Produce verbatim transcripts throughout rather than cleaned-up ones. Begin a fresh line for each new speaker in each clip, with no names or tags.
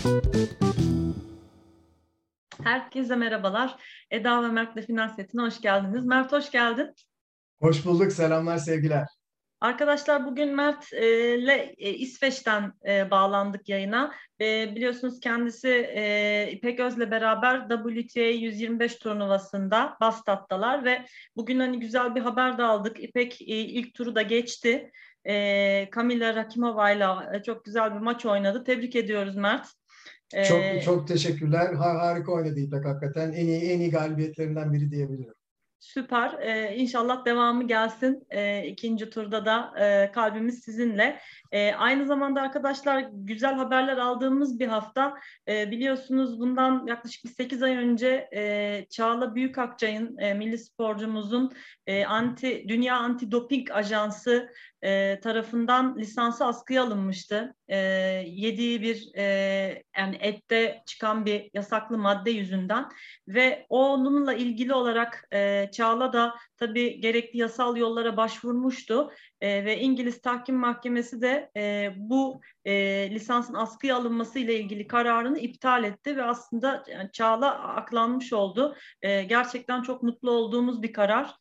Herkese merhabalar. Eda ve Mert'le Finansiyetine hoş geldiniz. Mert hoş geldin.
Hoş bulduk. Selamlar, sevgiler.
Arkadaşlar bugün Mert e, ile e, İsveç'ten e, bağlandık yayına. E, biliyorsunuz kendisi e, İpek Öz'le beraber W T A yüz yirmi beş turnuvasında Bastat'talar ve bugün hani güzel bir haber de aldık. İpek e, ilk turu da geçti. E, Kamila Rakimova'yla çok güzel bir maç oynadı. Tebrik ediyoruz Mert.
Çok
E,
çok teşekkürler. Ha- harika oynadı İpek hakikaten. En iyi en iyi galibiyetlerinden biri diyebilirim.
Süper. Ee, İnşallah devamı gelsin. Ee, ikinci turda da e, kalbimiz sizinle. Ee, aynı zamanda arkadaşlar güzel haberler aldığımız bir hafta. Ee, biliyorsunuz bundan yaklaşık bir sekiz ay önce e, Çağla Büyükakçay'ın, e, milli sporcumuzun e, anti Dünya Anti Doping Ajansı e, tarafından lisansı askıya alınmıştı. E, yediği bir e, yani ette çıkan bir yasaklı madde yüzünden ve onunla ilgili olarak e, Çağla da tabii gerekli yasal yollara başvurmuştu e, ve İngiliz Tahkim Mahkemesi de e, bu e, lisansın askıya alınması ile ilgili kararını iptal etti ve aslında yani Çağla aklanmış oldu. E, gerçekten çok mutlu olduğumuz bir karar.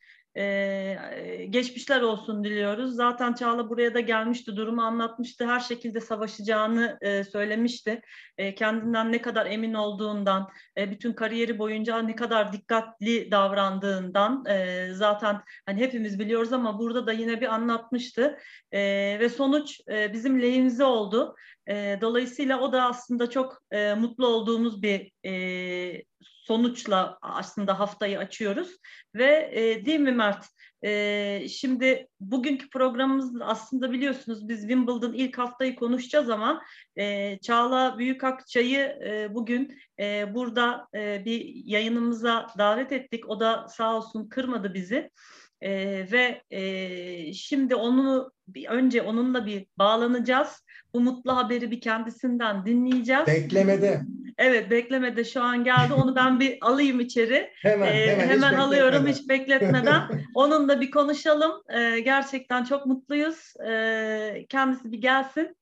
Ee, geçmişler olsun diliyoruz. Zaten Çağla buraya da gelmişti, durumu anlatmıştı. Her şekilde savaşacağını e, söylemişti. E, kendinden ne kadar emin olduğundan, e, bütün kariyeri boyunca ne kadar dikkatli davrandığından e, zaten hani hepimiz biliyoruz ama burada da yine bir anlatmıştı. E, ve sonuç e, bizim lehimize oldu. E, dolayısıyla o da aslında çok e, mutlu olduğumuz bir e, sonuçla aslında haftayı açıyoruz. Ve e, değil mi Mert? E, şimdi bugünkü programımız aslında biliyorsunuz biz Wimbledon ilk haftayı konuşacağız ama e, Çağla Büyükakçay'ı e, bugün e, burada e, bir yayınımıza davet ettik. O da sağ olsun kırmadı bizi. E, ve e, şimdi onu bir, önce onunla bir bağlanacağız. Bu mutlu haberi bir kendisinden dinleyeceğiz.
Beklemede.
Evet, beklemede şu an geldi. Onu ben bir alayım içeri.
Hemen
Ee,
hemen hiç
hemen alıyorum
bekletmeden.
hiç bekletmeden. Onunla bir konuşalım. Ee, gerçekten çok mutluyuz. Ee, kendisi bir gelsin.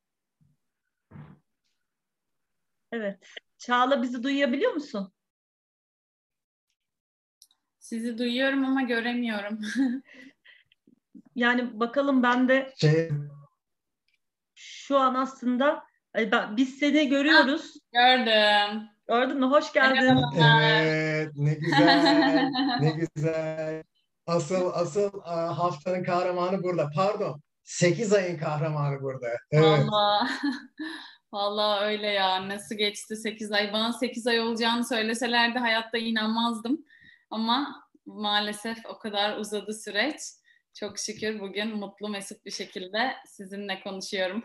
Evet. Çağla bizi duyabiliyor musun?
Sizi duyuyorum ama göremiyorum.
Yani bakalım ben de
Şey,
şu an aslında ay ben, biz seni
Ah,
görüyoruz.
gördüm.
Gördün mü? Hoş geldin.
Merhabalar.
evet, ne güzel. Ne güzel. Asıl asıl a, haftanın kahramanı burada. Pardon. Sekiz ayın kahramanı burada. Evet.
Vallahi, vallahi öyle ya. Nasıl geçti sekiz ay? Bana sekiz ay olacağını söyleselerdi hayatta inanmazdım. Ama maalesef o kadar uzadı süreç. Çok şükür bugün mutlu mesut bir şekilde sizinle konuşuyorum.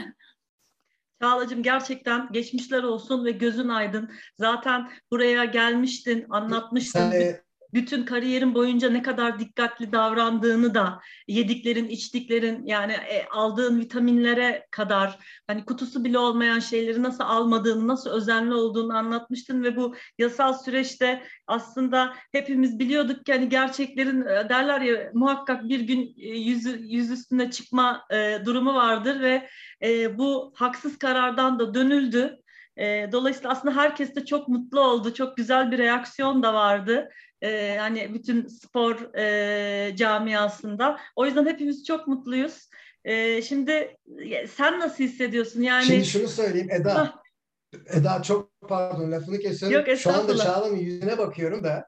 Çağlacığım gerçekten geçmişler olsun ve gözün aydın. Zaten buraya gelmiştin,
Sen
anlatmıştın.
de
Bütün kariyerin boyunca ne kadar dikkatli davrandığını da yediklerin, içtiklerin yani e, aldığın vitaminlere kadar hani kutusu bile olmayan şeyleri nasıl almadığını, nasıl özenli olduğunu anlatmıştın ve bu yasal süreçte aslında hepimiz biliyorduk ki hani gerçeklerin e, derler ya muhakkak bir gün e, yüzü, yüz üstüne çıkma e, durumu vardır ve e, bu haksız karardan da dönüldü. E, dolayısıyla aslında herkes de çok mutlu oldu. Çok güzel bir reaksiyon da vardı. E, hani bütün spor e, camiasında. O yüzden hepimiz çok mutluyuz. E, şimdi sen nasıl hissediyorsun?
şimdi
Yani
şunu söyleyeyim Eda.
hah,
Eda çok pardon lafını kesiyorum.
yok
Şu anda
estağfurullah.
Çağla'nın yüzüne bakıyorum da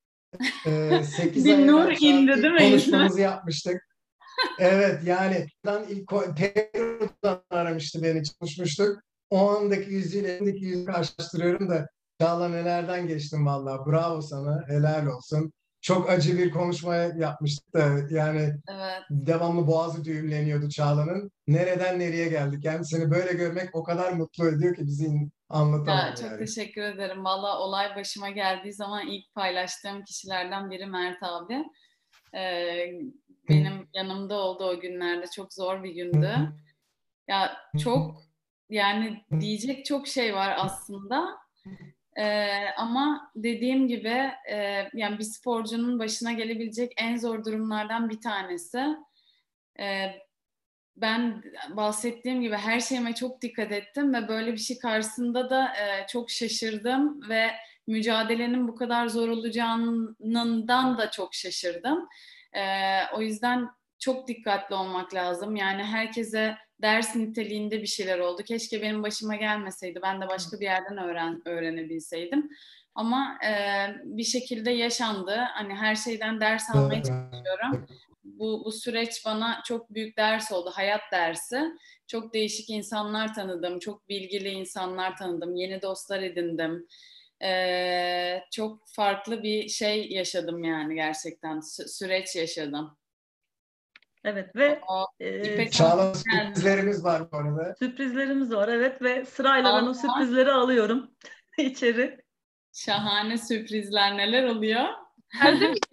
e, sekiz
Bir
ay
nur
evvel Çağla
indi değil
ilk
mi yüzüme?
konuşmamızı yapmıştık. Evet yani ben ilk Peru'dan aramıştı beni konuşmuştuk. O andaki yüzüyle elindeki yüzü karşılaştırıyorum da Çağla nelerden geçtim vallahi. Bravo sana. Helal olsun. Çok acı bir konuşma yapmıştık da yani
Evet.
devamlı boğazı düğümleniyordu Çağla'nın. Nereden nereye geldik? Yani seni böyle görmek o kadar mutlu ediyor ki bizi
Ya
anlatamam
çok
yani.
teşekkür ederim. Valla olay başıma geldiği zaman ilk paylaştığım kişilerden biri Mert abi. Ee, benim yanımda oldu o günlerde. Çok zor bir gündü. Ya çok yani diyecek çok şey var aslında. Ee, ama dediğim gibi e, yani bir sporcunun başına gelebilecek en zor durumlardan bir tanesi. Ee, ben bahsettiğim gibi her şeyime çok dikkat ettim ve böyle bir şey karşısında da e, çok şaşırdım ve mücadelenin bu kadar zor olacağından da çok şaşırdım. E, o yüzden çok dikkatli olmak lazım. Yani herkese ders niteliğinde bir şeyler oldu. Keşke benim başıma gelmeseydi. Ben de başka bir yerden öğren öğrenebilseydim. Ama e, bir şekilde yaşandı. Hani her şeyden ders almaya çalışıyorum. Bu, bu süreç bana çok büyük ders oldu, hayat dersi. Çok değişik insanlar tanıdım, çok bilgili insanlar tanıdım, yeni dostlar edindim. Ee, çok farklı bir şey yaşadım yani gerçekten, Sü- süreç yaşadım.
Evet ve
O,
e,
İpek Hanım
Çağla
geldi.
sürprizlerimiz var bu arada.
sürprizlerimiz var. Evet ve sırayla ben o
Allah,
sürprizleri alıyorum içeri.
şahane sürprizler neler oluyor?
Geldi mi?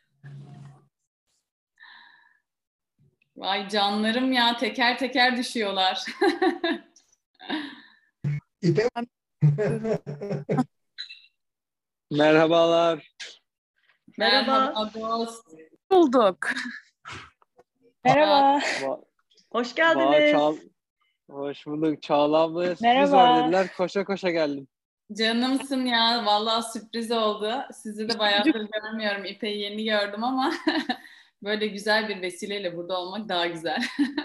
Vay canlarım ya, teker teker düşüyorlar.
İpek.
Merhabalar.
Merhaba,
Merhaba dost.
Bulduk. Merhaba.
Va
hoş
va Çağ
geldiniz.
Hoş bulduk. Çağla ablaya sürpriz
Merhaba.
var dediler. Koşa koşa geldim.
Canımsın ya. Vallahi sürpriz oldu. Sizi de bayağıdır görmüyorum. İpek'i yeni gördüm ama böyle güzel bir vesileyle burada olmak daha güzel.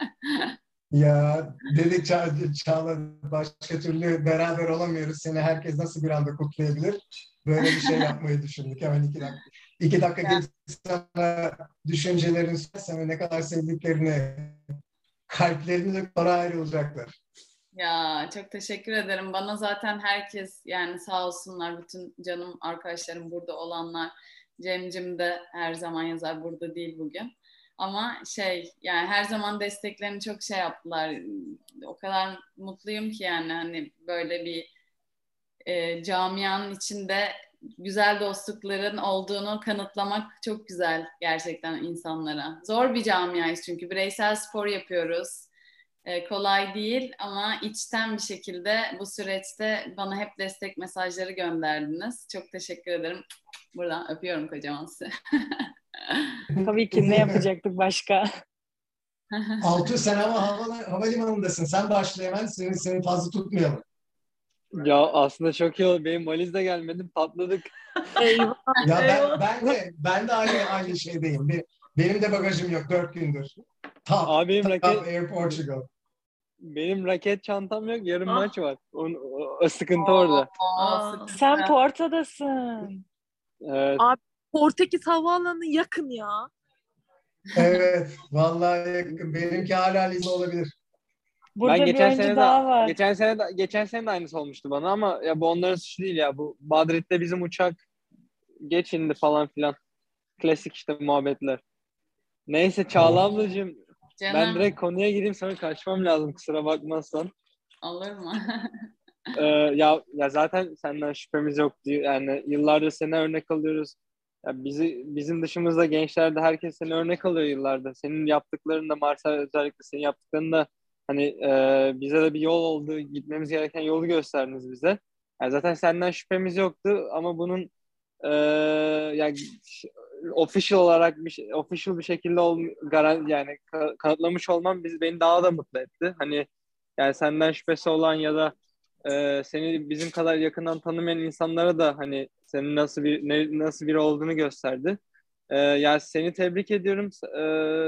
Ya dedik Ça Çağla başka türlü beraber olamıyoruz. Seni herkes nasıl bir anda kutlayabilir? Böyle bir şey yapmayı düşündük. Hemen iki dakika. İki dakika
Yani.
geç sana düşüncelerini söylesem ne kadar sevdiklerini, kalplerini de para ayrılacaklar.
Ya çok teşekkür ederim. Bana zaten herkes yani sağ olsunlar bütün canım arkadaşlarım burada olanlar. Cemcim de her zaman yazar burada değil bugün. Ama şey yani her zaman desteklerini çok şey yaptılar. O kadar mutluyum ki yani hani böyle bir e, camianın içinde güzel dostlukların olduğunu kanıtlamak çok güzel gerçekten insanlara. Zor bir camiayız çünkü bireysel spor yapıyoruz. E, kolay değil ama içten bir şekilde bu süreçte bana hep destek mesajları gönderdiniz. Çok teşekkür ederim. Buradan öpüyorum kocaman sizi.
Tabii ki ne yapacaktık başka?
Altı sen ama hava, havalimanındasın. Sen başla hemen. Seni, seni fazla tutmayalım.
Ya aslında çok iyi oldu. Benim valizle gelmedim. Patladık.
Eyvah.
Ya ben,
Eyvah.
ben de ben de aynı aynı şeydeyim. Bir- Benim de bagajım yok dört gündür. Top,
Abi benim
top
raket
Air Portugal.
benim raket çantam yok. Yarın
Ah.
maç var. O, o, o sıkıntı orada.
Aa.
sıkıntı.
Sen Porto'dasın.
Evet.
Abi Portekiz havaalanı yakın ya.
Evet, vallahi yakın. Benimki hala Liz'de olabilir.
Burada
ben
bir
geçen
önce
sene
daha
de
var.
geçen sene de geçen sene de aynısı olmuştu bana ama ya bu onların suçu değil ya. Bu Madrid'de bizim uçak geç indi falan filan. Klasik işte muhabbetler. Neyse Çağla ablacığım ben
Canım
direkt konuya gireyim sonra kaçmam lazım kusura bakmazsan.
olur mu?
Ee, ya ya zaten senden şüphemiz yok diyor. Yani yıllardır seni örnek alıyoruz. Ya bizi bizim dışımızda gençlerde herkes seni örnek alıyor yıllardır. Senin yaptıkların da Marcel özellikle senin yaptıkların da hani e, bize de bir yol oldu. Gitmemiz gereken yolu gösterdiniz bize. Yani zaten senden şüphemiz yoktu ama bunun e, yani official olarak bir şey, official bir şekilde ol, garan, yani ka- kanıtlamış olman biz beni daha da mutlu etti. Hani yani senden şüphesi olan ya da e, seni bizim kadar yakından tanımayan insanlara da hani senin nasıl bir ne, nasıl biri olduğunu gösterdi. E, yani seni tebrik ediyorum. E,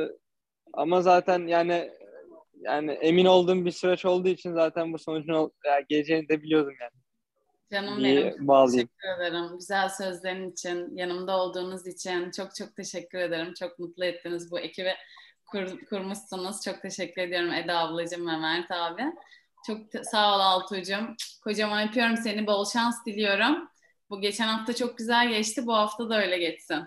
ama zaten yani yani emin olduğum bir süreç olduğu için zaten bu sonucun ol- yani geleceğini de biliyordum yani.
Canım benim
diye
çok
bağlayayım.
teşekkür ederim. Güzel sözlerin için, yanımda olduğunuz için çok çok teşekkür ederim. Çok mutlu ettiniz bu ekibi kur, kurmuşsunuz. Çok teşekkür ediyorum Eda ablacığım ve Mert abi. Çok te- sağ ol Altuğ'cum. Kocaman öpüyorum seni. Bol şans diliyorum. Bu geçen hafta çok güzel geçti. Bu hafta da öyle geçsin.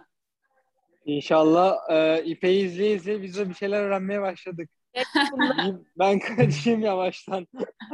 İnşallah e, İpek'i izleye izleye biz de bir şeyler öğrenmeye başladık.
Bunlar
Diyeyim, ben kaçayım yavaştan.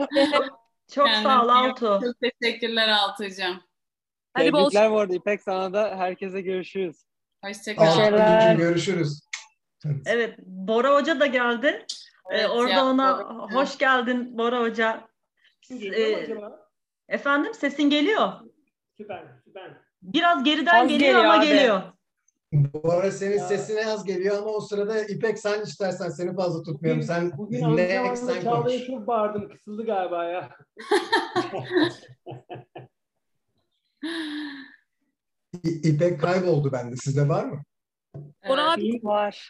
Çok
Kendine
sağ ol
iyi bak.
Altuğ.
Çok teşekkürler Altuğ'cum.
Hadi bol
Tebrikler bu arada İpek sana da herkese görüşürüz.
Hoşça kal.
Başarılar.
Altuğ'cum görüşürüz.
Evet, Bora Hoca da geldi. Ee,
Evet
orada
ya,
ona
Bora.
hoş geldin Bora Hoca.
Geliyor mu
Ee,
acaba?
efendim sesin geliyor.
Süper, süper.
Biraz geriden
Az
geliyor
geliyor
ama
abi.
geliyor.
Bu ara senin
Ya.
sesine az geliyor ama o sırada İpek sen istersen seni fazla tutmayalım.
Bugün,
Sen
bugün
dinle,
antrenmanda
sen
Çağla'ya
konuş.
çok bağırdım. Kısıldı galiba ya.
İ- İpek kayboldu bende. Sizde var mı?
Bora
Evet.
abi
var.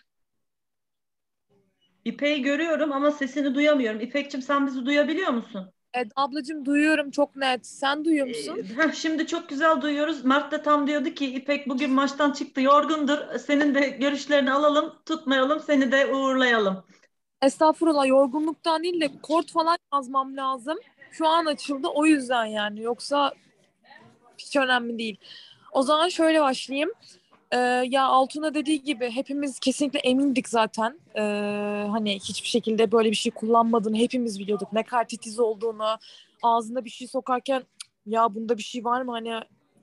İpek'i görüyorum ama sesini duyamıyorum. İpek'cim sen bizi duyabiliyor musun?
Evet, ablacığım duyuyorum çok net. Sen duyuyor musun?
Ee, heh, şimdi çok güzel duyuyoruz. Mert de tam diyordu ki İpek bugün maçtan çıktı, yorgundur. Senin de görüşlerini alalım, tutmayalım, seni de uğurlayalım.
Estağfurullah, yorgunluktan değil de kort falan yazmam lazım. Şu an açıldı o yüzden yani. Yoksa hiç önemli değil. O zaman şöyle başlayayım. Ee, ya Altun'a dediği gibi hepimiz kesinlikle emindik zaten. Ee, hani hiçbir şekilde böyle bir şey kullanmadığını hepimiz biliyorduk. Ne kadar titiz olduğunu, ağzına bir şey sokarken "Cık, ya bunda bir şey var mı, hani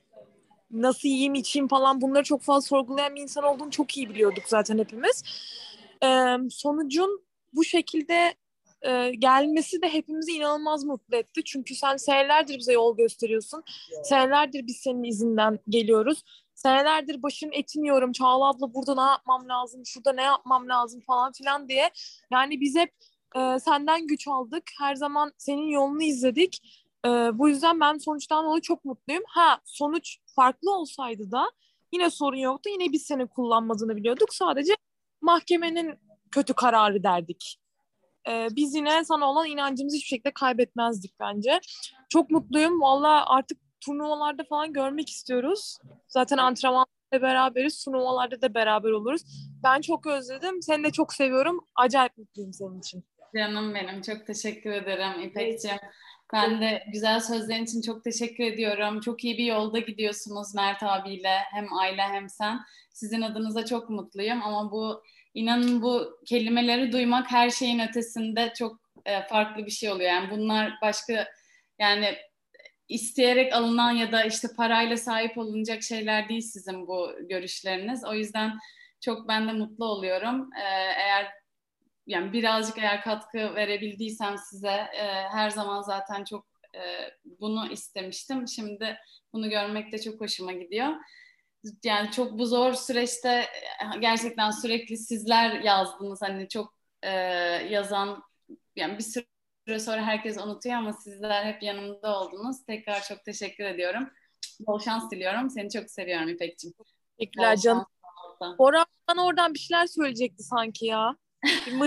nasıl yiyeyim içeyim falan, bunları çok fazla sorgulayan bir insan olduğunu çok iyi biliyorduk zaten hepimiz. Ee, sonucun bu şekilde e, gelmesi de hepimizi inanılmaz mutlu etti. Çünkü sen senelerdir bize yol gösteriyorsun. Senelerdir biz senin izinden geliyoruz. Senelerdir başım etmiyorum. Çağla abla burada ne yapmam lazım, şurada ne yapmam lazım falan filan diye. Yani biz hep e, senden güç aldık. Her zaman senin yolunu izledik. E, bu yüzden ben sonuçtan dolayı çok mutluyum. Ha, sonuç farklı olsaydı da yine sorun yoktu. Yine biz seni kullanmadığını biliyorduk. Sadece mahkemenin kötü kararı derdik. Ee, biz yine sana olan inancımızı hiçbir şekilde kaybetmezdik bence. Çok mutluyum. Valla artık turnuvalarda falan görmek istiyoruz. Zaten antrenmanlarda beraberiz. Turnuvalarda da beraber oluruz. Ben çok özledim. Seni de çok seviyorum. Acayip mutluyum senin için.
Canım benim, çok teşekkür ederim İpek'ciğim. Ben de güzel sözlerin için çok teşekkür ediyorum. Çok iyi bir yolda gidiyorsunuz Mert abiyle. Hem Ayla hem sen. Sizin adınıza çok mutluyum ama bu, inanın, bu kelimeleri duymak her şeyin ötesinde çok e, farklı bir şey oluyor. Yani bunlar başka, yani isteyerek alınan ya da işte parayla sahip olunacak şeyler değil sizin bu görüşleriniz. O yüzden çok ben de mutlu oluyorum. Ee, eğer yani birazcık eğer katkı verebildiysem size, e, her zaman zaten çok e, bunu istemiştim. Şimdi bunu görmek de çok hoşuma gidiyor. Yani çok bu zor süreçte e, gerçekten sürekli sizler yazdınız. Hani çok e, yazan, yani bir süre sonra herkes unutuyor ama sizler hep yanımda oldunuz. Tekrar çok teşekkür ediyorum. Bol şans diliyorum. Seni çok seviyorum İpek'ciğim.
Teşekkürler canım. Bora bana oradan bir şeyler söyleyecekti sanki ya. Bir mı-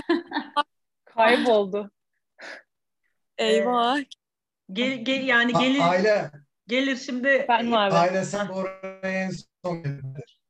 Kayboldu.
Eyvah.
Gel, gel, yani
A-
gelir
Ayla,
gelir şimdi.
Efendim abi.
Ayla sen oraya en son geldin.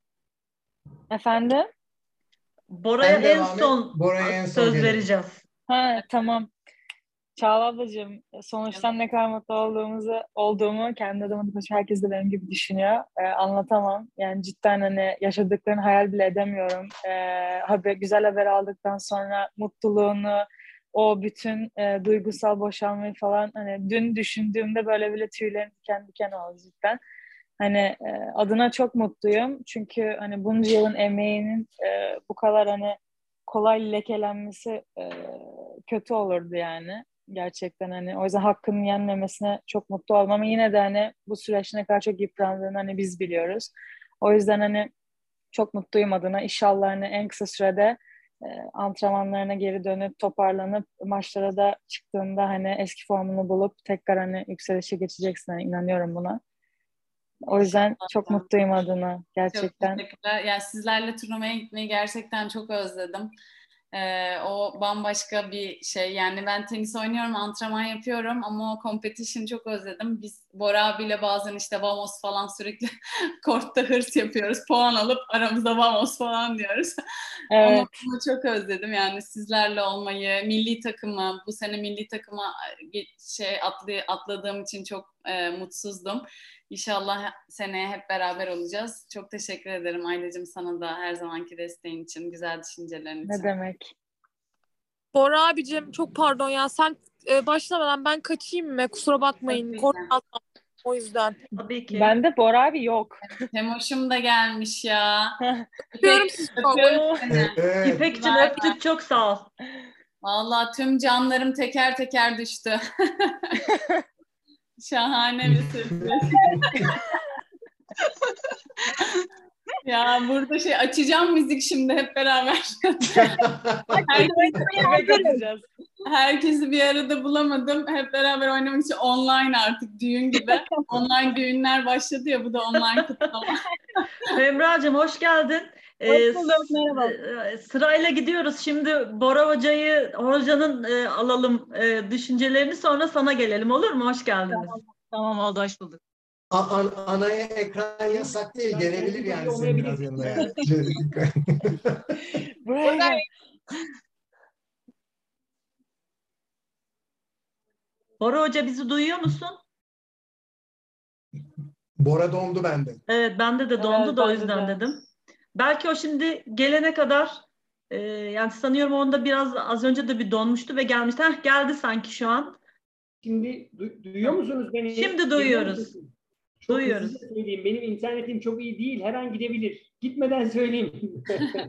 Efendim?
Bora'ya
Sen
en
devam et,
son
Bora'ya en son
söz
gelir.
vereceğiz.
Ha, tamam. Çağla ablacığım, sonuçtan ne kadar mutlu olduğumuzu, olduğumu kendi adıma da herkes de benim gibi düşünüyor. Ee, anlatamam. Yani cidden hani yaşadıklarını hayal bile edemiyorum. Ee, haber, güzel haber aldıktan sonra mutluluğunu, o bütün e, duygusal boşalmayı falan hani dün düşündüğümde böyle bile tüylerim diken diken oldu cidden. Hani e, adına çok mutluyum. Çünkü hani bunca yılın emeğinin e, bu kadar hani kolay lekelenmesi e, kötü olurdu yani. Gerçekten hani o yüzden hakkının yenmemesine çok mutlu oldum ama yine de hani bu süreçte ne kadar çok yıprandığını hani biz biliyoruz. O yüzden hani çok mutluyum adına. İnşallah hani en kısa sürede e, antrenmanlarına geri dönüp toparlanıp maçlara da çıktığında hani eski formunu bulup tekrar hani yükselişe geçeceksin. Hani inanıyorum buna. O yüzden çok mutluyum adına gerçekten.
Çok teşekkürler. Yani sizlerle turnuvaya gitmeyi gerçekten çok özledim. Ee, o bambaşka bir şey. Yani ben tenis oynuyorum, antrenman yapıyorum ama o competition çok özledim. Biz Bora abiyle bazen işte vamos falan sürekli kortta hırs yapıyoruz. Puan alıp aramızda vamos falan diyoruz.
Evet.
Onu, onu çok özledim. Yani sizlerle olmayı, milli takımı, bu sene milli takıma şey atlı, atladığım için çok e, mutsuzdum. İnşallah seneye hep beraber olacağız. Çok teşekkür ederim Aylacığım, sana da her zamanki desteğin için, güzel düşüncelerin için.
Ne demek?
Bora abicim çok pardon ya, sen e, başlamadan ben kaçayım mı? Kusura bakmayın.
Tabii ki.
Korkmazsam o yüzden.
Tabii ki.
Ben de Bora abi yok.
Temoş'um da gelmiş ya.
Öpüyorum sizi çok.
Öpüyorum seni.
Evet.
İpek'cim
Bay bay.
öptük, çok sağ ol.
Vallahi tüm canlarım teker teker düştü. Şahane bir sürpriz. Ya burada şey açacağım müzik şimdi hep beraber.
Yapacağız.
Herkesi bir arada bulamadım. Hep beraber oynamak için online artık düğün gibi. Online düğünler başladı ya, bu da online kutlama.
Femra'cığım hoş geldin.
Hoş
Ee,
bulduk, merhaba.
s- Sırayla gidiyoruz. Şimdi Bora Hoca'yı, hocanın e, alalım e, düşüncelerini, sonra sana gelelim, olur mu? Hoş geldiniz.
Tamam oldu, hoş bulduk.
A- an- anaya ekran yasak değil. Gelebilir yani senin biraz yanına yani.
Buraya gel.
Bora Hoca bizi duyuyor musun?
Bora dondu bende.
Evet, bende de dondu
Evet,
da o
bende
yüzden
de.
dedim. Belki o şimdi gelene kadar e, yani sanıyorum onda biraz az önce de bir donmuştu ve gelmişti. Heh, geldi sanki şu an.
Şimdi du- duyuyor musunuz beni?
Şimdi duyuyoruz.
Geliyor musunuz? Çok
Duyuyoruz.
hızlı söyleyeyim. Benim internetim çok iyi değil. Her an gidebilir. Gitmeden söyleyeyim.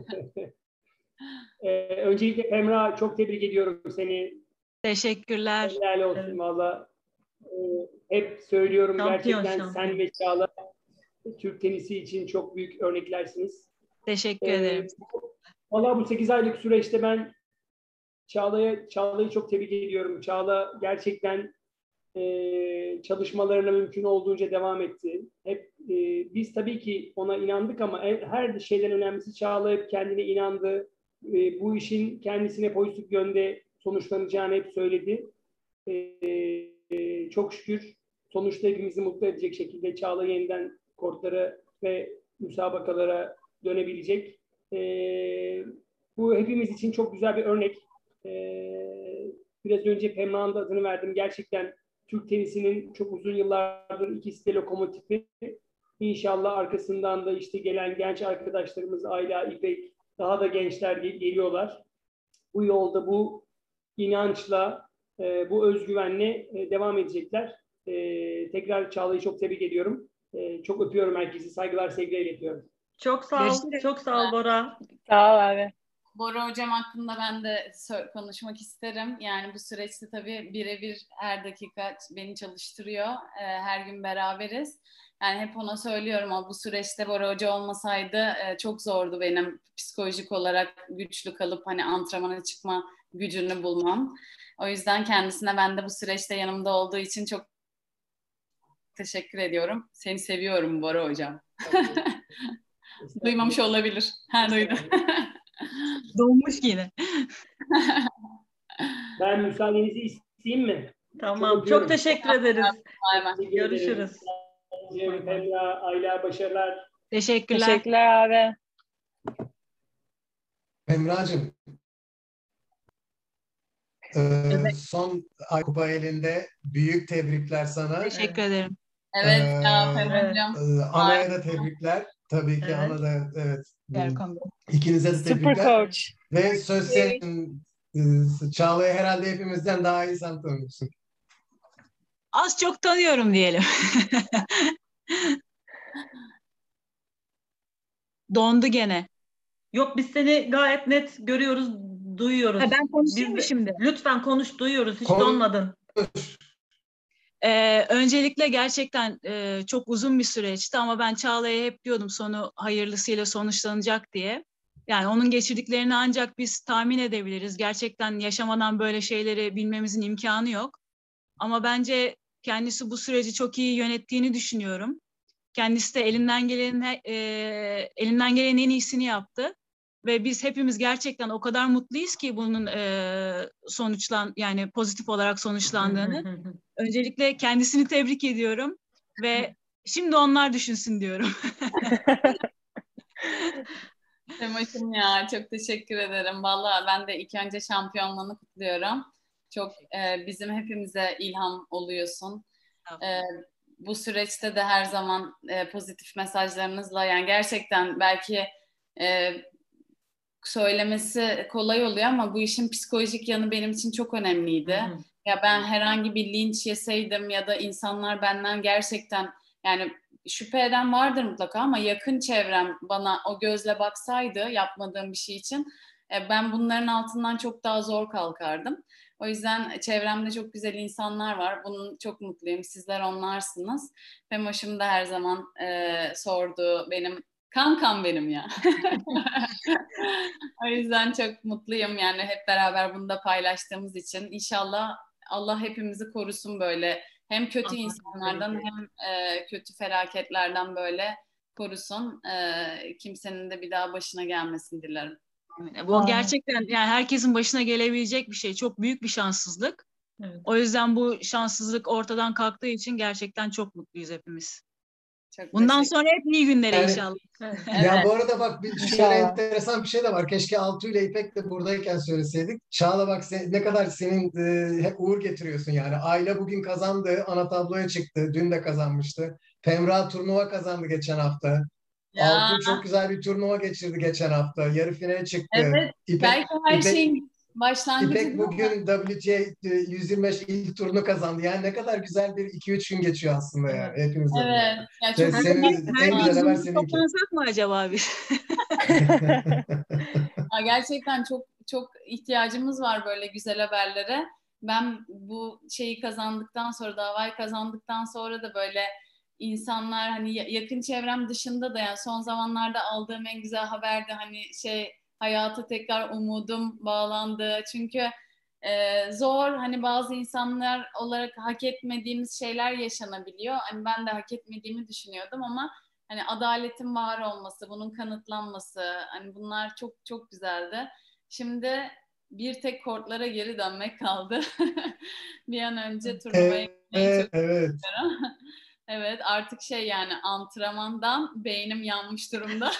ee, öncelikle Emrah, çok tebrik ediyorum seni.
Teşekkürler.
Helal olsun
Evet.
valla. Ee, hep söylüyorum,
Şampiyon,
gerçekten
şampiyon.
sen ve Çağla Türk tenisi için çok büyük örneklersiniz.
Teşekkür
Ee,
ederim.
Valla bu sekiz aylık süreçte ben Çağla'ya Çağla'yı çok tebrik ediyorum. Çağla gerçekten e, çalışmalarına mümkün olduğunca devam etti. Hep e, biz tabii ki ona inandık ama en- her şeyden önemlisi Çağla hep kendine inandı. E, bu işin kendisine pozitif yönde sonuçlanacağını hep söyledi. E, e, çok şükür sonuçta hepimizi mutlu edecek şekilde Çağla yeniden kortlara ve müsabakalara dönebilecek. E, bu hepimiz için çok güzel bir örnek. E, biraz önce Pemra'nın da adını verdim. Gerçekten Türk tenisinin çok uzun yıllardır ikisi de lokomotifi. İnşallah arkasından da işte gelen genç arkadaşlarımız Ayla, İpek, daha da gençler gel- geliyorlar. Bu yolda, bu inançla, e, bu özgüvenle e, devam edecekler. E, tekrar Çağla'yı çok tebrik ediyorum. E, çok öpüyorum herkesi. Saygılar, sevgiler iletiyorum.
Çok sağ ol.
Görüşürüz.
Çok sağ ol Bora.
Sağ ol abi.
Bora Hocam hakkında ben de sö- konuşmak isterim. Yani bu süreçte tabii birebir her dakika beni çalıştırıyor. Ee, her gün beraberiz. Yani hep ona söylüyorum ama bu süreçte Bora Hoca olmasaydı e, çok zordu benim psikolojik olarak güçlü kalıp hani antrenmana çıkma gücünü bulmam. O yüzden kendisine ben de bu süreçte yanımda olduğu için çok teşekkür ediyorum. Seni seviyorum Bora Hocam. Duymamış olabilir. Ha, duydu.
Donmuş yine.
Ben müsaadenizi isteyeyim mi?
Tamam. Çok
öpüyorum.
teşekkür ederiz.
Bay bay.
Teşekkür ederim.
Görüşürüz.
Cem, Emrah, Ayla, başarılar.
Teşekkürler.
Teşekkürler abi.
Emrah'cığım, e, son Ay Kupa elinde büyük tebrikler sana.
Teşekkür ederim.
Evet ya
Ee,
Ferhan Hocam.
e, Ana'ya da tebrikler. Tabii ki
Evet.
Ana da evet.
Erkan Bey.
İkinize de
Super
tebrikler.
coach.
Ve söz senin. e, Çağla'yı herhalde hepimizden daha iyi sen tanıyorsun.
Az çok tanıyorum diyelim. Dondu gene.
Yok, biz seni gayet net görüyoruz, duyuyoruz.
Ha, ben konuşayım
Biz
mı
de-
şimdi?
Lütfen konuş, duyuyoruz. Hiç
Konuş.
donmadın.
Ee, öncelikle gerçekten e, çok uzun bir süreçti ama ben Çağla'ya hep diyordum sonu hayırlısıyla sonuçlanacak diye. Yani onun geçirdiklerini ancak biz tahmin edebiliriz. Gerçekten yaşamadan böyle şeyleri bilmemizin imkanı yok. Ama bence kendisi bu süreci çok iyi yönettiğini düşünüyorum. Kendisi de elinden gelenin e, elinden gelenin en iyisini yaptı. Ve biz hepimiz gerçekten o kadar mutluyuz ki bunun e, sonuçlan yani pozitif olarak sonuçlandığını. Öncelikle kendisini tebrik ediyorum ve şimdi onlar düşünsün diyorum.
Temoş'um ya çok teşekkür ederim. Vallahi ben de ilk önce şampiyonluğunu kutluyorum. Çok e, bizim hepimize ilham oluyorsun. E, bu süreçte de her zaman e, pozitif mesajlarınızla yani gerçekten belki e, söylemesi kolay oluyor ama bu işin psikolojik yanı benim için çok önemliydi.
Hı hı.
Ya ben herhangi bir linç yeseydim ya da insanlar benden gerçekten yani şüphe eden vardır mutlaka ama yakın çevrem bana o gözle baksaydı yapmadığım bir şey için e, ben bunların altından çok daha zor kalkardım. O yüzden çevremde çok güzel insanlar var. Bunun çok mutluyum. Sizler onlarsınız. Femoş'um da her zaman e, sorduğu benim Kankam benim ya. O yüzden çok mutluyum yani hep beraber bunu da paylaştığımız için. İnşallah Allah hepimizi korusun böyle. Hem kötü insanlardan hem e, kötü felaketlerden böyle korusun. E, kimsenin de bir daha başına gelmesin dilerim.
Bu gerçekten yani herkesin başına gelebilecek bir şey. Çok büyük bir şanssızlık.
Evet.
O yüzden bu şanssızlık ortadan kalktığı için gerçekten çok mutluyuz hepimiz.
Çok
Bundan
teşekkür-
sonra hep iyi günlere
Yani-
inşallah.
Evet.
Ya
Evet.
bu arada bak bir şöyle
İnşallah.
enteresan bir şey de var. Keşke Altuğ ile İpek de buradayken söyleseydik. Çağla bak sen, ne kadar senin e, hep uğur getiriyorsun yani. Ayla bugün kazandı. Ana tabloya çıktı. Dün de kazanmıştı. Pemra turnuva kazandı geçen hafta.
Ya,
Altuğ çok güzel bir turnuva geçirdi geçen hafta. Yarı finale çıktı.
evet.
İpek,
Belki her
İpek-
şeyin başlangıcı
İpek
değil mi?
bugün W T yüz yirmi beş ilk turunu kazandı. Yani ne kadar güzel bir iki üç gün geçiyor aslında yani hepimiz adına.
Evet. Ya
Sen-
çok
senin
Her
en
gün
güzel haber
Zoom'da
seninki.
toplansak mı acaba biz?
Ya gerçekten çok çok ihtiyacımız var böyle güzel haberlere. Ben bu şeyi kazandıktan sonra, davayı kazandıktan sonra da böyle insanlar hani ya- yakın çevrem dışında da yani son zamanlarda aldığım en güzel haber de hani şey hayata tekrar umudum bağlandı. Çünkü e, zor hani bazı insanlar olarak hak etmediğimiz şeyler yaşanabiliyor. Hani ben de hak etmediğimi düşünüyordum ama hani adaletin var olması, bunun kanıtlanması, hani bunlar çok çok güzeldi. Şimdi bir tek kortlara geri dönmek kaldı. Bir an önce turnuvaya gitmeyi
Evet,
çok
evet.
istiyorum. Evet, artık şey yani antrenmandan beynim yanmış durumda.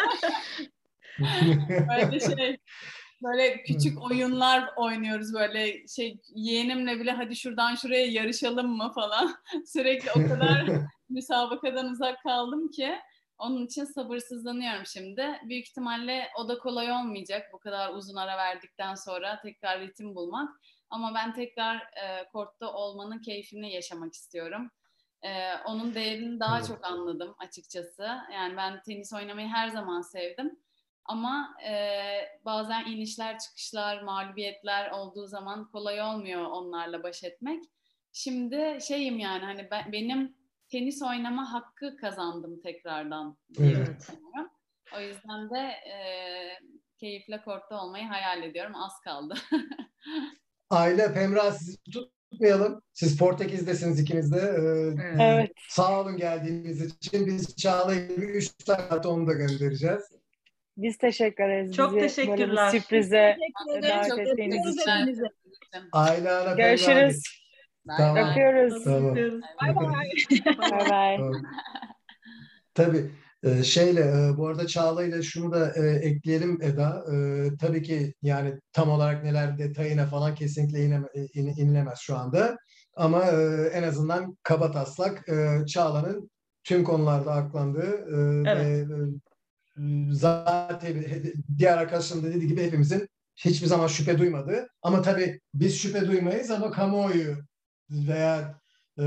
Böyle şey, böyle küçük oyunlar oynuyoruz böyle şey yeğenimle bile hadi şuradan şuraya yarışalım mı falan. Sürekli o kadar müsabakadan uzak kaldım ki onun için sabırsızlanıyorum şimdi. Büyük ihtimalle o da kolay olmayacak bu kadar uzun ara verdikten sonra tekrar ritim bulmak. Ama ben tekrar e, kortta olmanın keyfini yaşamak istiyorum. E, onun değerini daha
Evet.
çok anladım açıkçası. Yani ben tenis oynamayı her zaman sevdim. Ama e, bazen inişler, çıkışlar, mağlubiyetler olduğu zaman kolay olmuyor onlarla baş etmek. Şimdi şeyim yani hani ben, benim tenis oynama hakkı kazandım tekrardan diye
Evet.
düşünüyorum. O yüzden de e, keyifle kortta olmayı hayal ediyorum. Az kaldı.
Ayla, Pemra sizi tutmayalım. Siz Portekiz'desiniz ikiniz de. Ee,
Evet.
Sağ olun geldiğiniz için. Biz Çağla'yı bir üç saat onu da göndereceğiz.
Biz teşekkür ederiz.
Çok
Bizi
teşekkürler.
böyle bir sürprize
Teşekkür ederiz.
davet
Çok
ettiğiniz
teşekkür
için.
ederim.
Ayla, Ana, Pemra.
Görüşürüz.
Bye
Tamam.
bye.
Öpüyoruz.
Tamam.
Öpüyoruz.
Bay bay.
Bay bay.
Tamam. Tabii e, şeyle e, bu arada Çağla ile şunu da e, ekleyelim Eda. E, tabii ki yani tam olarak neler detayına falan kesinlikle ineme, in, inilemez şu anda. Ama e, en azından kabataslak e, Çağla'nın tüm konularda aklandığı e,
Evet.
ve e, zaten diğer arkadaşlarım da dediği gibi hepimizin hiçbir zaman şüphe duymadığı. Ama tabii biz şüphe duymayız ama kamuoyu veya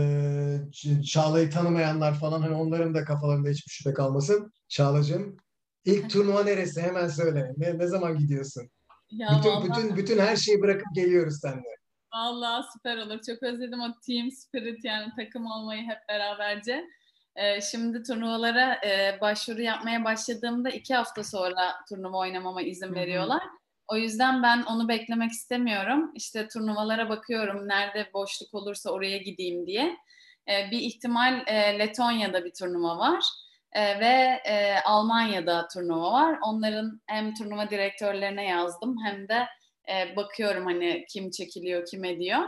ee, Çağla'yı tanımayanlar falan hani onların da kafalarında hiçbir şüphe kalmasın. Çağla'cığım ilk turnuva neresi? Hemen söyle. Ne, ne zaman gidiyorsun?
Ya
Bütün
vallahi,
bütün bütün her şeyi bırakıp geliyoruz seninle.
vallahi süper olur. Çok özledim o team spirit yani takım olmayı hep beraberce. Ee, şimdi turnuvalara e, başvuru yapmaya başladığımda iki hafta sonra turnuva oynamama izin
Hı hı.
veriyorlar. O yüzden ben onu beklemek istemiyorum. İşte turnuvalara bakıyorum nerede boşluk olursa oraya gideyim diye. Ee, bir ihtimal e, Letonya'da bir turnuva var. Ee, ve e, Almanya'da turnuva var. Onların hem turnuva direktörlerine yazdım hem de e, bakıyorum hani kim çekiliyor, kim ediyor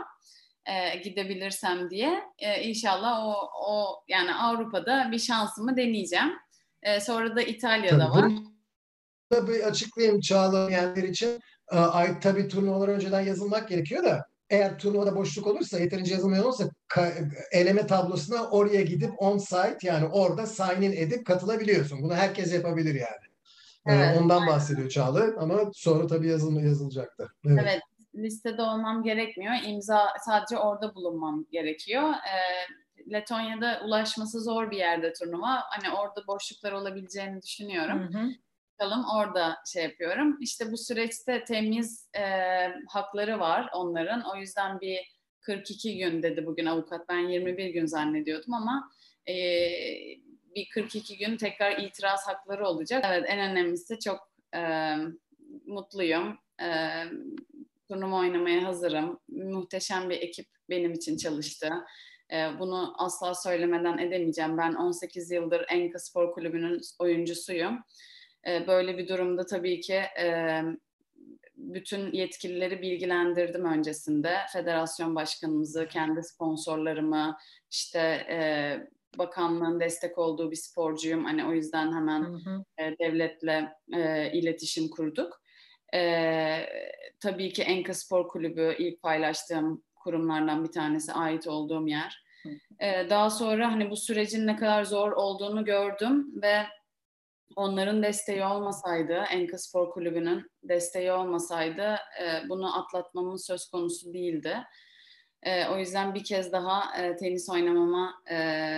e, gidebilirsem diye. E, İnşallah o, o yani Avrupa'da bir şansımı deneyeceğim. E, sonra da İtalya'da
Tabii
var.
bunu da bir açıklayayım Çağlayanlar için. Ee, Ay, tabii turnuvalara önceden yazılmak gerekiyor da eğer turnuvada boşluk olursa, yeterince yazılmayan olursa ka- eleme tablosuna oraya gidip on-site yani orada sign-in edip katılabiliyorsun. Bunu herkes yapabilir yani. Ee,
Evet,
ondan bahsediyor Çağla ama sonra tabii yazılma yazılacaktır. Evet.
evet. Listede olmam gerekmiyor. İmza sadece orada bulunmam gerekiyor. E, Letonya'da ulaşması zor bir yerde turnuva. Hani orada boşluklar olabileceğini düşünüyorum.
Hı hı.
Bakalım orada şey yapıyorum. İşte bu süreçte temiz e, hakları var onların. O yüzden bir kırk iki gün dedi bugün avukat. Ben yirmi bir gün zannediyordum ama e, bir kırk iki gün tekrar itiraz hakları olacak. Evet, en önemlisi çok e, mutluyum. E, turnuva oynamaya hazırım. Muhteşem bir ekip benim için çalıştı. E, bunu asla söylemeden edemeyeceğim. Ben on sekiz yıldır Enka Spor Kulübü'nün oyuncusuyum. E, böyle bir durumda tabii ki e, bütün yetkilileri bilgilendirdim öncesinde. Federasyon başkanımızı, kendi sponsorlarımı, işte e, bakanlığın destek olduğu bir sporcuyum. Hani o yüzden hemen hı hı. E, devletle e, iletişim kurduk. E, tabii ki Enka Spor Kulübü ilk paylaştığım kurumlardan bir tanesi, ait olduğum yer. E, daha sonra hani bu sürecin ne kadar zor olduğunu gördüm ve onların desteği olmasaydı, Enka Spor Kulübü'nün desteği olmasaydı e, bunu atlatmamın söz konusu değildi. E, o yüzden bir kez daha e, tenis oynamama e,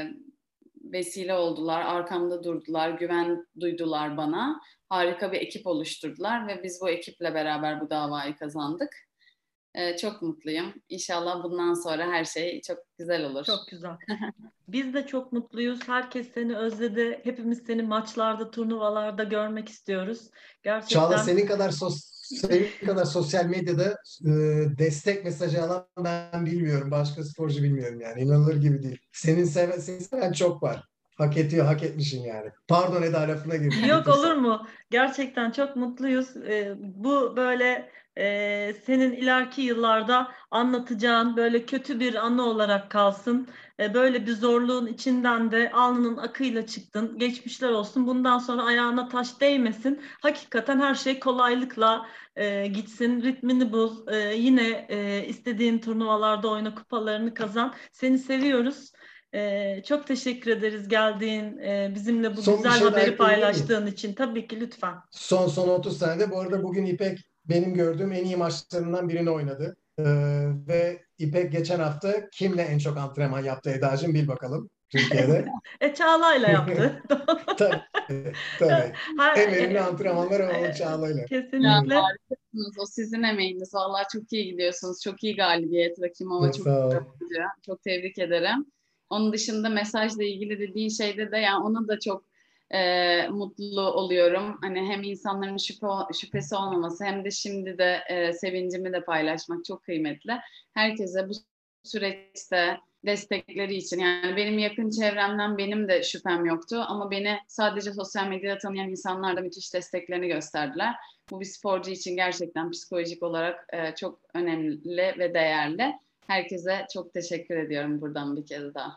vesile oldular, arkamda durdular, güven duydular bana. Harika bir ekip oluşturdular ve biz bu ekiple beraber bu davayı kazandık. Ee, çok mutluyum. İnşallah bundan sonra her şey çok güzel olur.
Çok güzel. Biz de çok mutluyuz. Herkes seni özledi. Hepimiz seni maçlarda, turnuvalarda görmek istiyoruz. Gerçekten.
Çağla, senin kadar sos senin kadar sosyal medyada e, destek mesajı alan ben bilmiyorum. Başka sporcu bilmiyorum yani. İnanılır gibi değil. Senin seven, seni seven çok var. Hak ediyor, hak etmişsin yani. Pardon Eda, lafına girdim.
Yok, olur mu? Gerçekten çok mutluyuz. Ee, bu böyle e, senin ileriki yıllarda anlatacağın böyle kötü bir anı olarak kalsın. E, böyle bir zorluğun içinden de alnının akıyla çıktın. Geçmişler olsun. Bundan sonra ayağına taş değmesin. Hakikaten her şey kolaylıkla e, gitsin. Ritmini bul. E, yine e, istediğin turnuvalarda oyna, kupalarını kazan. Seni seviyoruz. Ee, çok teşekkür ederiz geldiğin, e, bizimle bu
Son
güzel
şey
haberi paylaştığın için. Tabii ki, lütfen.
Son son otuz senede bu arada bugün İpek benim gördüğüm en iyi maçlarından birini oynadı. Ee, ve İpek geçen hafta kimle en çok antrenman yaptı Eda'cığım, bil bakalım Türkiye'de.
e Çağla'yla yaptı.
Tabii. Tabii. En verimli antrenmanları o Çağla'yla.
Kesinlikle.
Ya, harikasınız. O sizin emeğiniz. Vallahi çok iyi gidiyorsunuz. Çok iyi galibiyet. Rakimova çok güzel. Çok tebrik ederim. Onun dışında mesajla ilgili dediğin şeyde de yani ona da çok e, mutlu oluyorum. Hani hem insanların şüphe, şüphesi olmaması hem de şimdi de e, sevincimi de paylaşmak çok kıymetli. Herkese bu süreçte destekleri için, yani benim yakın çevremden benim de şüphem yoktu ama beni sadece sosyal medyada tanıyan insanlar da müthiş desteklerini gösterdiler. Bu bir sporcu için gerçekten psikolojik olarak e, çok önemli ve değerli. Herkese çok teşekkür ediyorum buradan bir kez daha.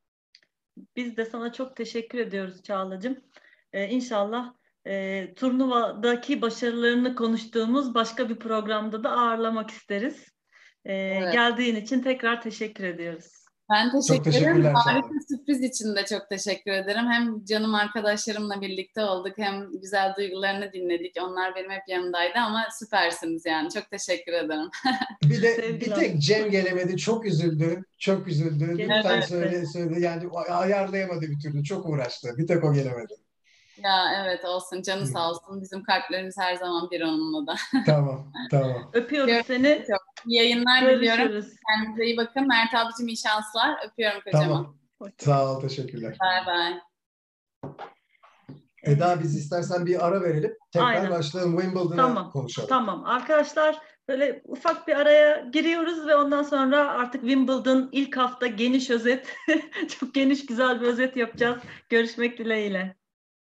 Biz de sana çok teşekkür ediyoruz Çağla'cığım. Ee, İnşallah e, turnuvadaki başarılarını konuştuğumuz başka bir programda da ağırlamak isteriz. Ee, evet. Geldiğin için tekrar teşekkür ediyoruz.
Ben teşekkür ederim. Harika sürpriz için de çok teşekkür ederim. Hem canım arkadaşlarımla birlikte olduk hem güzel duygularını dinledik. Onlar benim hep yanımdaydı ama süpersiniz yani. Çok teşekkür ederim.
Bir de Sevgiler. Bir tek Cem gelemedi. Çok üzüldü. Çok üzüldü. Lütfen evet, söyle, evet. söyle. Yani ayarlayamadı bir türlü. Çok uğraştı. Bir tek o gelemedi.
Ya evet, olsun. Canı sağ olsun. Bizim kalplerimiz her zaman bir onunla da.
Tamam. Tamam.
Öpüyoruz Görüşürüz. Seni.
Çok. İyi yayınlar Görüşürüz. diliyorum. Kendinize iyi bakın. Mert abicim iyi şanslar. Öpüyorum kocaman.
Tamam. Sağ ol. Teşekkürler.
Bye bye.
Eda, biz istersen bir ara verelim. Tekrar Aynen. başlayalım. Wimbledon'a
tamam.
konuşalım.
Tamam. Arkadaşlar böyle ufak bir araya giriyoruz ve ondan sonra artık Wimbledon ilk hafta geniş özet. Çok geniş güzel bir özet yapacağız. Görüşmek dileğiyle.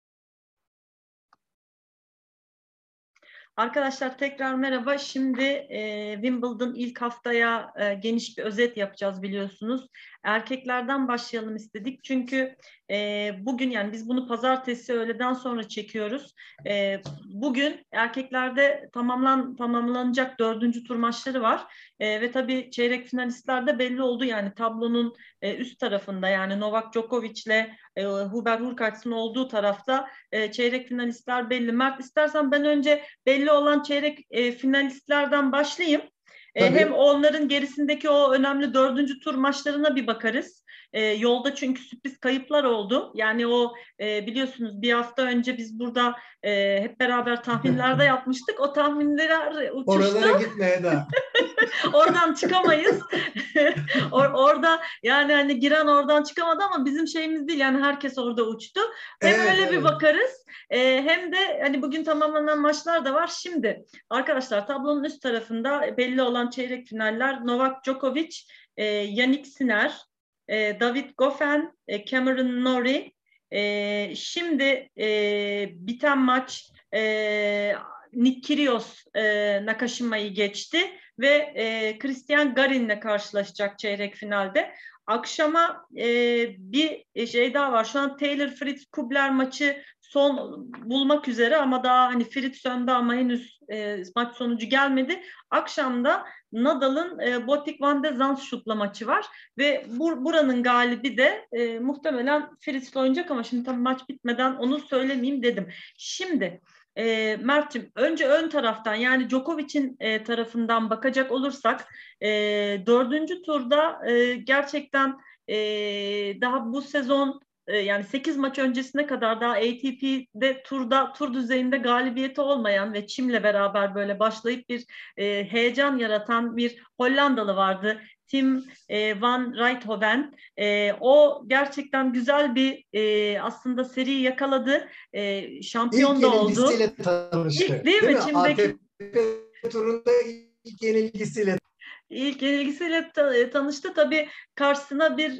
Arkadaşlar tekrar merhaba. Şimdi e, Wimbledon ilk haftaya e, geniş bir özet yapacağız biliyorsunuz. Erkeklerden başlayalım istedik. Çünkü e, bugün, yani biz bunu pazartesi öğleden sonra çekiyoruz. E, bugün erkeklerde tamamlan tamamlanacak dördüncü tur maçları var. E, ve tabii çeyrek finalistler de belli oldu. Yani tablonun e, üst tarafında, yani Novak Djokovic'le e, Hubert Hurkacz'ın olduğu tarafta e, çeyrek finalistler belli. Mert, istersen ben önce belli olan çeyrek e, finalistlerden başlayayım. E, hem onların gerisindeki o önemli dördüncü tur maçlarına bir bakarız. E, yolda çünkü sürpriz kayıplar oldu. Yani o e, biliyorsunuz bir hafta önce biz burada e, hep beraber tahminlerde yapmıştık. O tahminler uçuştu.
Oralara gitmeye de.
Oradan çıkamayız. Or- orada yani hani giren oradan çıkamadı ama bizim şeyimiz değil. Yani herkes orada uçtu. Hem
Evet,
öyle
evet.
bir bakarız. E, hem de hani bugün tamamlanan maçlar da var. Şimdi arkadaşlar tablonun üst tarafında belli olan çeyrek finaller Novak Djokovic, e, Yannick Sinner, e, David Goffin, e, Cameron Norrie. E, şimdi e, biten maç e, Nick Kyrgios e, Nakashima'yı geçti ve e, Christian Garin'le karşılaşacak çeyrek finalde. Akşama e, bir şey daha var. Şu an Taylor Fritz Kubler maçı son bulmak üzere ama daha hani Fritz önde ama henüz e, maç sonucu gelmedi. Akşamda Nadal'ın e, Botic van de Zandschulp'la maçı var ve bur buranın galibi de e, muhtemelen Fritz'le oynayacak ama şimdi tabii maç bitmeden onu söylemeyeyim dedim. Şimdi E, Mert'cim önce ön taraftan yani Djokovic'in e, tarafından bakacak olursak e, dördüncü turda e, gerçekten e, daha bu sezon e, yani sekiz maç öncesine kadar daha A T P'de turda tur düzeyinde galibiyeti olmayan ve Çim'le beraber böyle başlayıp bir e, heyecan yaratan bir Hollandalı vardı. Tim e, van Rijthoven. E, o gerçekten güzel bir e, aslında seri yakaladı. E, şampiyon
İlk
da oldu.
yenilgisiyle tanıştı.
İlk değil, değil mi? Çim'deki...
A T P turunda ilk yenilgisiyle
İlk yenilgisiyle ta- tanıştı. Tabii karşısına bir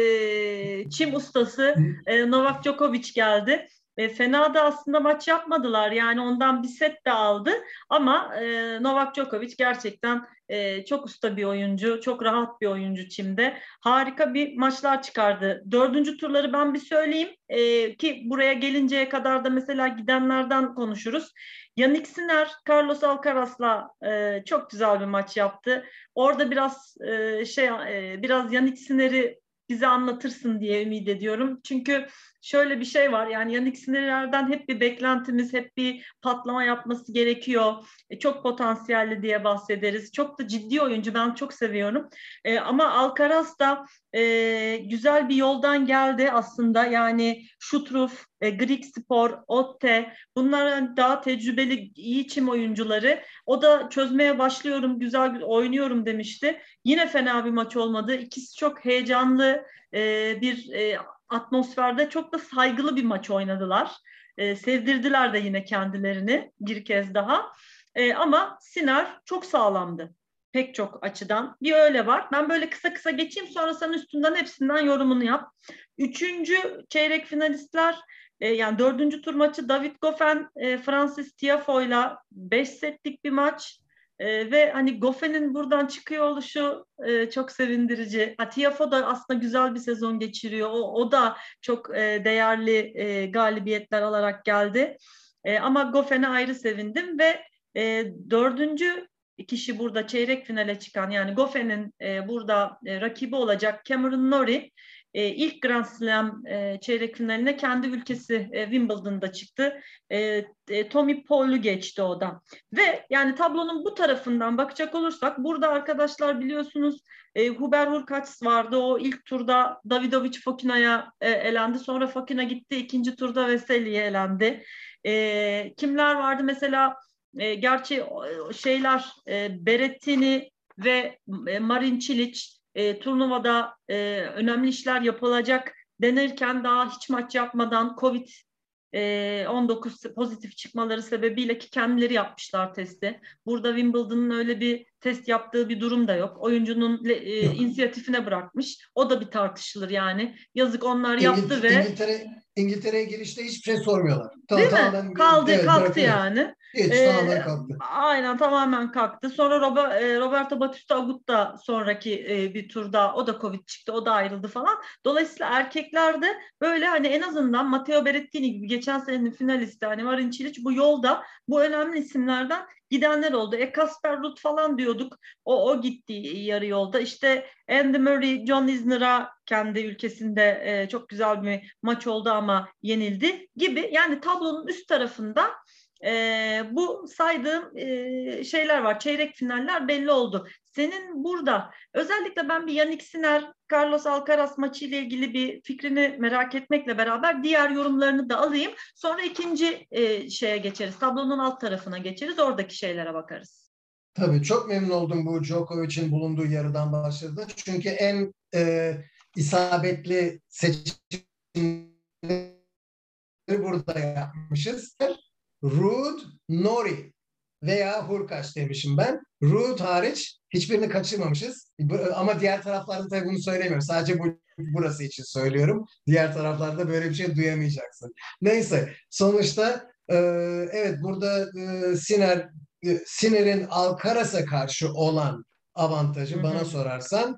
e, çim ustası e, Novak Djokovic geldi. E, fena da aslında maç yapmadılar. Yani ondan bir set de aldı. Ama e, Novak Djokovic gerçekten e, çok usta bir oyuncu. Çok rahat bir oyuncu çimde. Harika bir maçlar çıkardı. Dördüncü turları ben bir söyleyeyim. E, ki buraya gelinceye kadar da mesela gidenlerden konuşuruz. Yannick Sinner, Carlos Alcaraz'la e, çok güzel bir maç yaptı. Orada biraz e, şey e, biraz Yannick Sinner'i bize anlatırsın diye ümit ediyorum. Çünkü şöyle bir şey var. Yani Yannick Sinner'den hep bir beklentimiz, hep bir patlama yapması gerekiyor. E, çok potansiyelli diye bahsederiz. Çok da ciddi oyuncu. Ben çok seviyorum. E, ama Alcaraz da e, güzel bir yoldan geldi aslında. Yani Şutruf, e, Grigspor, Otte bunlar daha tecrübeli iyi çim oyuncuları. O da çözmeye başlıyorum, güzel oynuyorum demişti. Yine fena bir maç olmadı. İkisi çok heyecanlı e, bir e, atmosferde çok da saygılı bir maç oynadılar. E, sevdirdiler de yine kendilerini bir kez daha. E, ama Sinner çok sağlamdı. Pek çok açıdan. Bir öyle var. Ben böyle kısa kısa geçeyim sonra sen üstünden hepsinden yorumunu yap. Üçüncü çeyrek finalistler e, yani dördüncü tur maçı David Goffin, e, Francis Tiafoe'yla beş setlik bir maç. E, ve hani Goffin'in buradan çıkıyor oluşu e, çok sevindirici. Ha, Tiafoe da aslında güzel bir sezon geçiriyor. O, o da çok e, değerli e, galibiyetler alarak geldi. E, ama Goffin'e ayrı sevindim ve e, dördüncü kişi burada çeyrek finale çıkan yani Goffin'in e, burada e, rakibi olacak Cameron Norrie e, ilk Grand Slam e, çeyrek finaline kendi ülkesi e, Wimbledon'da çıktı. E, e, Tommy Paul'u geçti o da. Ve yani tablonun bu tarafından bakacak olursak burada arkadaşlar biliyorsunuz e, Hubert Hurkacz vardı. O ilk turda Davidovich Fokina'ya e, elendi. Sonra Fokina gitti. İkinci turda Veseli'ye elendi. E, kimler vardı mesela? E, gerçi şeyler e, Berrettini ve e, Marin Cilic e, turnuvada e, önemli işler yapılacak denirken daha hiç maç yapmadan Covid on dokuz pozitif çıkmaları sebebiyle ki kendileri yapmışlar testi. Burada Wimbledon'un öyle bir test yaptığı bir durum da yok. Oyuncunun e, inisiyatifine bırakmış. O da bir tartışılır yani. Yazık onlar yaptı
İngil-
ve
İngiltere İngiltere'ye girişte hiçbir şey sormuyorlar.
Değil mi?
Tamamen,
Kaldı,
evet,
kalktı
bırakıyor.
yani.
Hiç
Ee,
tamamen kalktı.
Aynen tamamen kalktı. Sonra Robert, e, Roberto Bautista Agut da sonraki e, bir turda o da Covid çıktı, o da ayrıldı falan. Dolayısıyla erkeklerde böyle hani en azından Matteo Berrettini gibi geçen senenin finalisti hani Marin Cilic bu yolda bu önemli isimlerden gidenler oldu. E Casper Ruud falan diyorduk. O o gitti yarı yolda. İşte Andy Murray, John Isner'a kendi ülkesinde e, çok güzel bir maç oldu ama yenildi gibi. Yani tablonun üst tarafında e, bu saydığım e, şeyler var. Çeyrek finaller belli oldu. Senin burada özellikle ben bir Jannik Sinner, Carlos Alcaraz maçı ile ilgili bir fikrini merak etmekle beraber diğer yorumlarını da alayım. Sonra ikinci e, şeye geçeriz. Tablonun alt tarafına geçeriz. Oradaki şeylere bakarız.
Tabii çok memnun oldum bu Djokovic'in bulunduğu yarıdan başladı. Çünkü en e, isabetli seçimleri burada yapmışız. Ruud, Norrie veya Hurkacz demişim ben. Ruud hariç hiçbirini kaçırmamışız. Ama diğer taraflarda tabii bunu söylemiyorum. Sadece bu, burası için söylüyorum. Diğer taraflarda böyle bir şey duyamayacaksın. Neyse sonuçta e, evet burada e, Sinner Sinner'in Alcaraz'a karşı olan avantajı, hı hı, bana sorarsan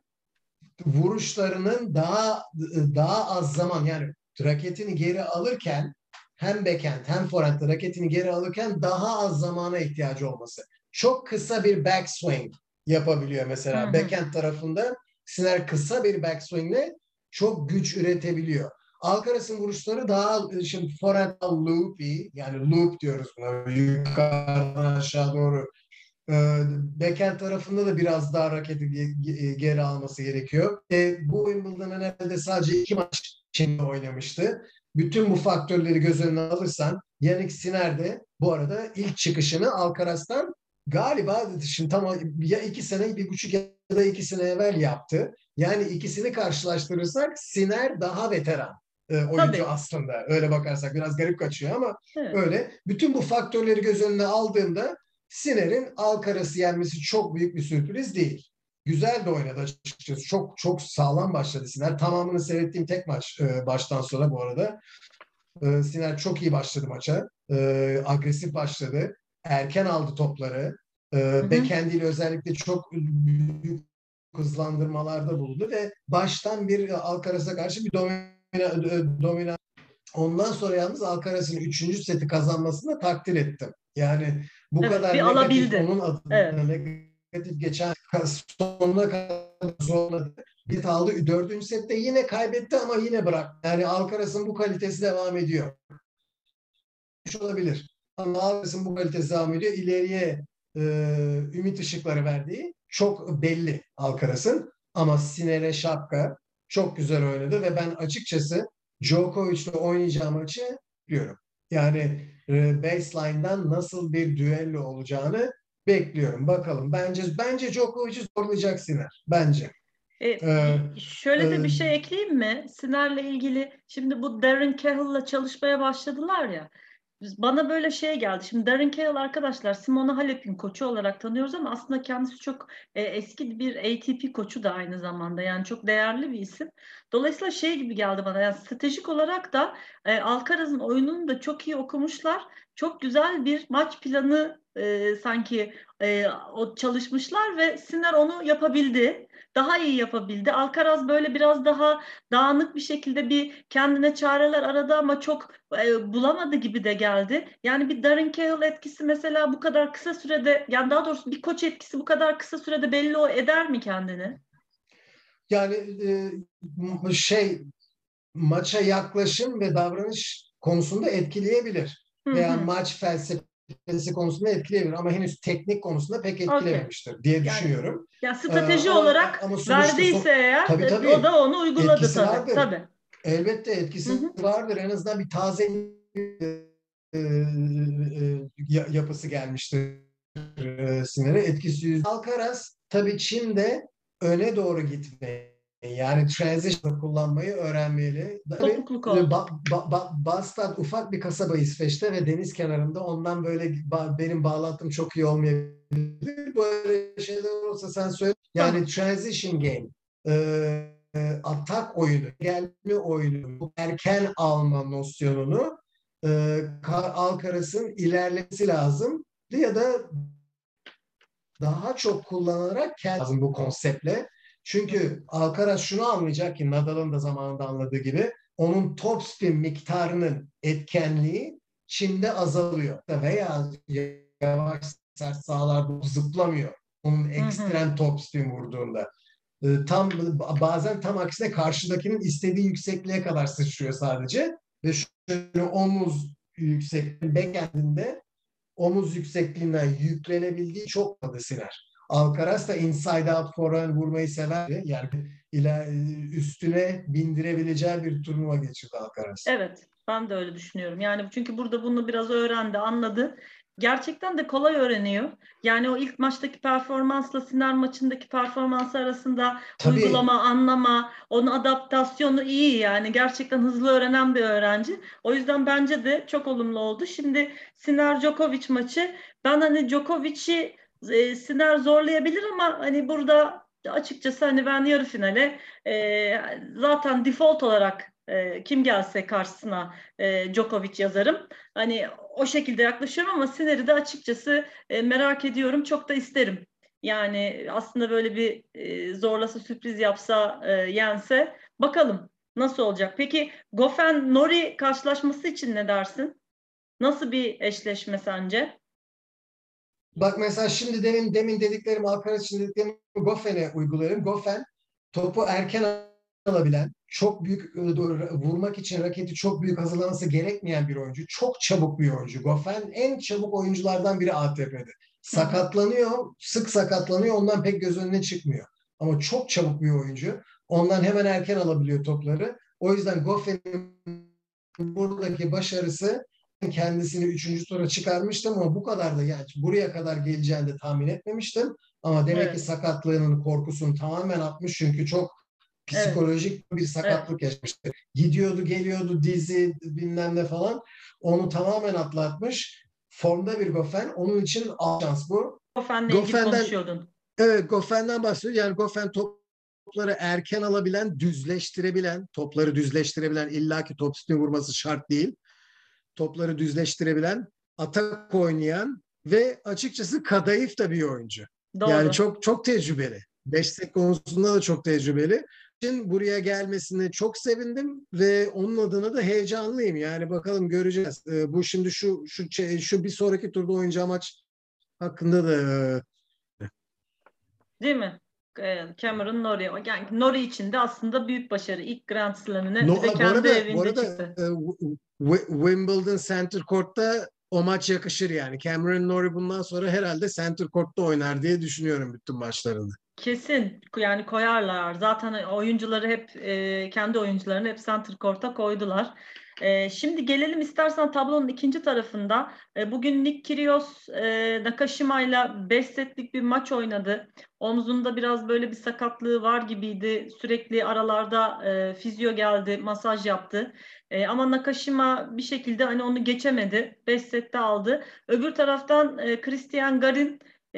vuruşlarının daha daha az zaman, yani raketini geri alırken hem backhand hem forehand raketini geri alırken daha az zamana ihtiyacı olması. Çok kısa bir backswing yapabiliyor mesela. Hı hı. Backhand tarafında Sinner kısa bir backswingle çok güç üretebiliyor. Alcaraz'ın vuruşları daha, şimdi forehand loopy, yani loop diyoruz buna, yukarıdan aşağı doğru. Ee, backhand tarafında da biraz daha raketi geri alması gerekiyor. E, bu Wimbledon'ın herhalde sadece iki maç içinde oynamıştı. Bütün bu faktörleri göz önüne alırsan Jannik Sinner de bu arada ilk çıkışını Alcaraz'tan galiba şimdi tam ya iki sene, bir buçuk ya da iki sene evvel yaptı. Yani ikisini karşılaştırırsak Sinner daha veteran e, oyuncu. Tabii. Aslında. Öyle bakarsak biraz garip kaçıyor ama evet, öyle. Bütün bu faktörleri göz önüne aldığımda Sinner'in Alcaraz'ı yenmesi çok büyük bir sürpriz değil. Güzel de oynadı açıkçası. Çok çok sağlam başladı Sinner. Tamamını seyrettiğim tek maç e, baştan sona bu arada. E, Sinner çok iyi başladı maça. E, agresif başladı. Erken aldı topları. E, backhand'iyle özellikle çok büyük hızlandırmalarda bulundu ve baştan bir Alcaraz'a karşı bir domina, domina. Ondan sonra yalnız Alcaraz'ın üçüncü seti kazanmasını takdir ettim. Yani bu evet, kadar negatif alabildi. Onun adına evet, negatif geçen sonuna kadar zorladı. Bir aldı. Dördüncü sette yine kaybetti ama yine bıraktı. Yani Alcaraz'ın bu kalitesi devam ediyor. Olabilir. Ama Alcaraz'ın bu kalitesi devam ediyor. İleriye e, ümit ışıkları verdiği çok belli Alcaraz'ın. Ama Sinner'e şapka çok güzel oynadı ve ben açıkçası Djokovic'le oynayacağı maçı biliyorum. Yani e, baseline'dan nasıl bir düello olacağını bekliyorum. Bakalım. Bence bence Djokovic'i zorlayacak Sinner. Bence.
E, ee, şöyle de e, bir şey ekleyeyim mi? Sinner'le ilgili şimdi bu Darren Cahill'la çalışmaya başladılar ya. Bana böyle şey geldi. Şimdi Darren Cahill arkadaşlar Simona Halep'in koçu olarak tanıyoruz ama aslında kendisi çok e, eski bir A T P koçu da aynı zamanda. Yani çok değerli bir isim. Dolayısıyla şey gibi geldi bana. Yani stratejik olarak da e, Alcaraz'ın oyununu da çok iyi okumuşlar. Çok güzel bir maç planı e, sanki e, o çalışmışlar ve Sinner onu yapabildi. Daha iyi yapabildi. Alcaraz böyle biraz daha dağınık bir şekilde bir kendine çareler aradı ama çok e, bulamadı gibi de geldi. Yani bir Darren Cahill etkisi mesela bu kadar kısa sürede, yani daha doğrusu bir koç etkisi bu kadar kısa sürede belli o eder mi kendini?
Yani e, şey maça yaklaşım ve davranış konusunda etkileyebilir. Hı-hı. Veya maç felsefesi konusunda etkileyebilir ama henüz teknik konusunda pek etkilememiştir okay, diye düşünüyorum.
Yani, ya strateji ee, olarak ama, ama verdiyse son, eğer tabii, tabii, o da onu uyguladı tabii. Vardır. tabii.
Elbette etkisi Hı-hı. vardır. En azından bir taze e, e, e, yapısı gelmiştir e, Sinner'e. Etkisi yüzde. Alcaraz tabii Çin'de öne doğru gitmeyi, yani transition kullanmayı öğrenmeli.
Topukluk oldu.
Ba, ba, ba, Bastad ufak bir kasaba İsveç'te ve deniz kenarında. Ondan böyle ba, benim bağlantım çok iyi olmayabilir. Böyle şeyler olursa sen söyle. Yani tamam. Transition game, e, atak oyunu, gelme oyunu, bu erken alma nosyonunu e, Alcaraz'ın ilerlemesi lazım. Ya da daha çok kullanarak lazım bu konseptle. Çünkü Alcaraz şunu anlayacak ki Nadal'ın da zamanında anladığı gibi onun topspin miktarının etkenliği Çin'de azalıyor. Veya yavaş sert sahalarda zıplamıyor. Onun ekstrem topspin vurduğunda. Tam, bazen tam aksine karşıdakinin istediği yüksekliğe kadar sıçrıyor sadece. Ve şöyle omuz yüksekliği backend'inde omuz yüksekliğinden yüklenebildiği çok fazla Sinner. Alcaraz da inside out forehand vurmayı severdi. Yani ila, üstüne bindirebileceği bir turnuva geçirdi Alcaraz.
Evet, ben de öyle düşünüyorum. Yani çünkü burada bunu biraz öğrendi, anladı. Gerçekten de kolay öğreniyor. Yani o ilk maçtaki performansla Sinner maçındaki performansı arasında
Tabii.
uygulama, anlama, onun adaptasyonu iyi yani. Gerçekten hızlı öğrenen bir öğrenci. O yüzden bence de çok olumlu oldu. Şimdi Sinner Djokovic maçı, ben hani Djokovic'i e, Sinner zorlayabilir ama hani burada açıkçası hani ben yarı finale e, zaten default olarak e, kim gelse karşısına e, Djokovic yazarım. Hani o şekilde yaklaşıyorum ama Sinner'i de açıkçası e, merak ediyorum. Çok da isterim. Yani aslında böyle bir e, zorlasa sürpriz yapsa e, yense bakalım nasıl olacak. Peki Goffin-Norrie karşılaşması için ne dersin? Nasıl bir eşleşme sence?
Bak mesela şimdi demin demin dediklerim, Alcaraz için dediklerimi Goffin'e uygularım. Goffin topu erken alabilen, çok büyük vurmak için raketi çok büyük hazırlaması gerekmeyen bir oyuncu. Çok çabuk bir oyuncu. Goffin en çabuk oyunculardan biri A T P'de. Sakatlanıyor, sık sakatlanıyor. Ondan pek göz önüne çıkmıyor. Ama çok çabuk bir oyuncu. Ondan hemen erken alabiliyor topları. O yüzden Goffin'in buradaki başarısı, kendisini üçüncü tura çıkarmıştım ama bu kadar da yani buraya kadar geleceğini de tahmin etmemiştim. Ama demek
Evet.
ki sakatlığının korkusunu tamamen atmış, çünkü çok psikolojik evet. bir sakatlık evet. yaşamıştı. Gidiyordu, geliyordu, dizi bilmem ne falan. Onu tamamen atlatmış. Formda bir Goffin. Onun için al şans bu.
Goffin'le ilgili konuşuyordun.
Evet, Goffin'den bahsediyoruz. Yani Goffin topları erken alabilen, düzleştirebilen, topları düzleştirebilen, illaki top üstüne vurması şart değil. Topları düzleştirebilen, atak oynayan ve açıkçası kadayıf da bir oyuncu.
Doğru.
Yani çok çok tecrübeli. Beş set konusunda da çok tecrübeli. Şimdi buraya gelmesine çok sevindim ve onun adına da heyecanlıyım. Yani bakalım, göreceğiz. Ee, bu şimdi şu şu şu bir sonraki turda oynayacağı maç hakkında da
değil mi? Cameron Norrie. Yani Norrie için de aslında büyük başarı. İlk Grand Slam'ine no, bir de kendi arada, evinde arada, çıktı.
E, Wimbledon Center Court'ta o maç yakışır yani. Cameron Norrie bundan sonra herhalde Center Court'ta oynar diye düşünüyorum bütün maçlarını.
Kesin yani koyarlar. Zaten oyuncuları hep e, kendi oyuncularını hep Center Court'a koydular. E, şimdi gelelim istersen tablonun ikinci tarafında. E, bugün Nick Kyrgios e, Nakashima ile beş setlik bir maç oynadı. Omzunda biraz böyle bir sakatlığı var gibiydi. Sürekli aralarda e, fizyo geldi, masaj yaptı. E, ama Nakashima bir şekilde hani onu geçemedi. beş sette aldı. Öbür taraftan e, Christian Garin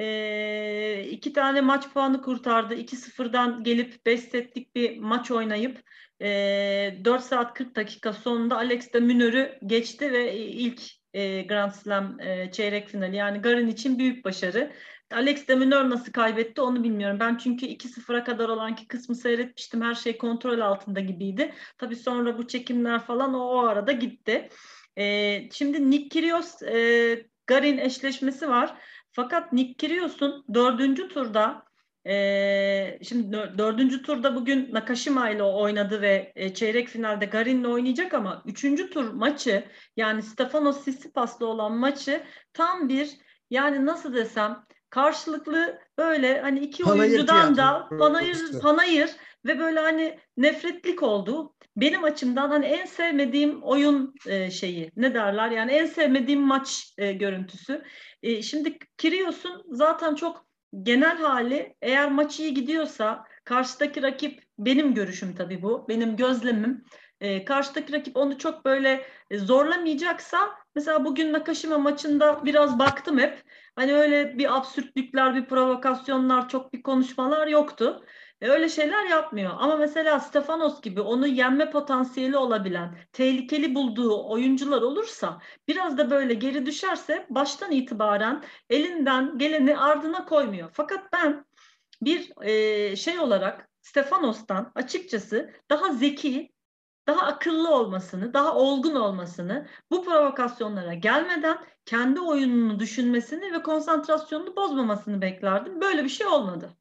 E, iki tane maç puanı kurtardı. iki sıfırdan gelip beş setlik bir maç oynayıp e, dört saat kırk dakika sonunda Alex de Minaur'u geçti ve ilk e, Grand Slam e, çeyrek finali. Yani Garin için büyük başarı. Alex de Minaur nasıl kaybetti onu bilmiyorum. Ben çünkü iki sıfıra kadar olan ki kısmı seyretmiştim. Her şey kontrol altında gibiydi. Tabii sonra bu çekimler falan o, o arada gitti. E, şimdi Nick Kyrgios e, Garin eşleşmesi var. Fakat Nick Kyrgios'un dördüncü turda e, şimdi dördüncü turda bugün Nakashima ile oynadı ve e, çeyrek finalde Garin'le oynayacak ama üçüncü tur maçı, yani Stefanos Tsitsipas'la olan maçı tam bir, yani nasıl desem, karşılıklı böyle hani iki
panayır
oyuncudan da panayır, panayır ve böyle hani nefretlik oldu. Benim açımdan hani en sevmediğim oyun e, şeyi, ne derler, yani en sevmediğim maç e, görüntüsü. E, şimdi Kyrgios'un zaten çok genel hali, eğer maç iyi gidiyorsa karşıdaki rakip, benim görüşüm tabii bu, benim gözlemim, e, karşıdaki rakip onu çok böyle e, zorlamayacaksa, mesela bugün Nakashima maçında biraz baktım hep, hani öyle bir absürtlükler, bir provokasyonlar, çok bir konuşmalar yoktu. E, öyle şeyler yapmıyor. Ama mesela Stefanos gibi onu yenme potansiyeli olabilen, tehlikeli bulduğu oyuncular olursa, biraz da böyle geri düşerse baştan itibaren elinden geleni ardına koymuyor. Fakat ben bir e, şey olarak Stefanos'tan açıkçası daha zeki, daha akıllı olmasını, daha olgun olmasını, bu provokasyonlara gelmeden kendi oyununu düşünmesini ve konsantrasyonunu bozmamasını beklerdim. Böyle bir şey olmadı.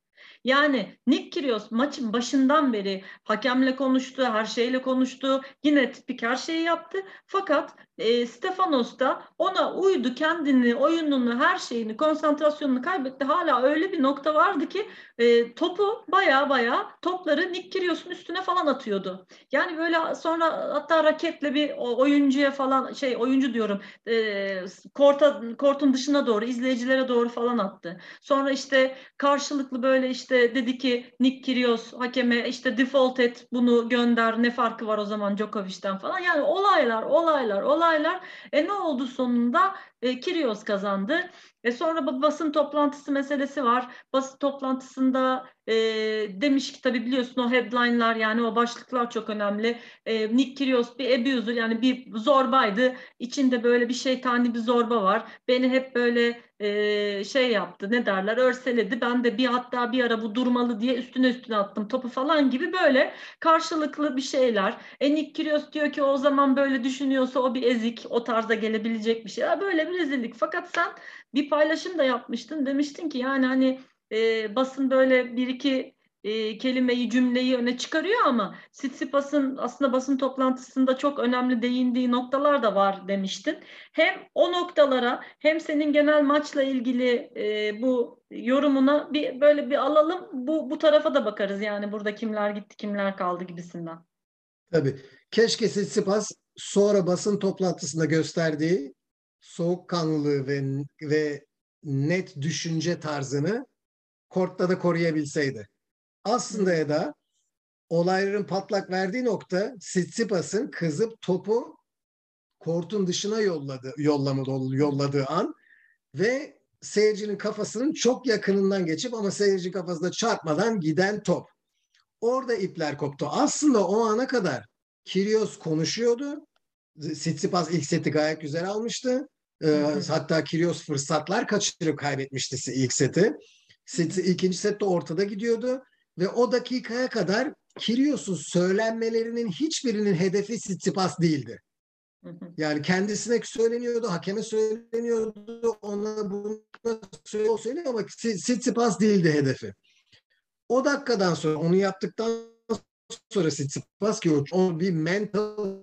Yani Nick Kyrgios maçın başından beri hakemle konuştu, her şeyle konuştu. Yine tipik her şeyi yaptı. Fakat e, Stefanos da ona uydu, kendini, oyununu, her şeyini, konsantrasyonunu kaybetti. Hala öyle bir nokta vardı ki e, topu baya baya topları Nick Kyrgios'un üstüne falan atıyordu. Yani böyle sonra hatta raketle bir oyuncuya falan şey oyuncu diyorum e, korta, kortun dışına doğru izleyicilere doğru falan attı. Sonra işte karşılıklı böyle işte dedi ki Nick Kyrgios hakeme işte default et bunu gönder ne farkı var o zaman Djokovic'ten falan. Yani olaylar olaylar olaylar. E ne oldu sonunda? E, Kyrgios kazandı. E sonra basın toplantısı meselesi var. Basın toplantısında e, demiş ki tabii biliyorsun o headline'lar yani o başlıklar çok önemli. E, Nick Kyrgios bir abuser yani bir zorbaydı. İçinde böyle bir şeytani bir zorba var. Beni hep böyle e, şey yaptı ne derler örseledi. Ben de bir hatta bir ara bu durmalı diye üstüne üstüne attım topu falan gibi böyle karşılıklı bir şeyler. E Nick Kyrgios diyor ki o zaman böyle düşünüyorsa o bir ezik o tarza gelebilecek bir şey. Ya böyle bir rezillik. Fakat sen bir paylaşım da yapmıştın. Demiştin ki yani hani e, basın böyle bir iki e, kelimeyi, cümleyi öne çıkarıyor ama Tsitsipas'ın aslında basın toplantısında çok önemli değindiği noktalar da var demiştin. Hem o noktalara hem senin genel maçla ilgili e, bu yorumuna bir böyle bir alalım. Bu bu tarafa da bakarız yani burada kimler gitti, kimler kaldı gibisinden.
Tabii. Keşke Tsitsipas sonra basın toplantısında gösterdiği soğukkanlılığı ve, ve net düşünce tarzını kortta da koruyabilseydi. Aslında
Hı.
Eda olayların patlak verdiği nokta Tsitsipas'ın kızıp topu kortun dışına yolladı, yollamadı, yolladığı an ve seyircinin kafasının çok yakınından geçip ama seyirci kafasına çarpmadan giden top. Orada ipler koptu. Aslında o ana kadar Kyrgios konuşuyordu. Tsitsipas ilk seti gayet güzel almıştı. Ee, hatta Kyrgios fırsatlar kaçırıp kaybetmişti ilk seti. Seti, ikinci sette ortada gidiyordu. Ve o dakikaya kadar Kyrgios'un söylenmelerinin hiçbirinin hedefi Tsitsipas değildi. Yani kendisine söyleniyordu, hakeme söyleniyordu, ona bunu söyleniyor ama Tsitsipas değildi hedefi. O dakikadan sonra onu yaptıktan sonra Tsitsipas ki o bir mental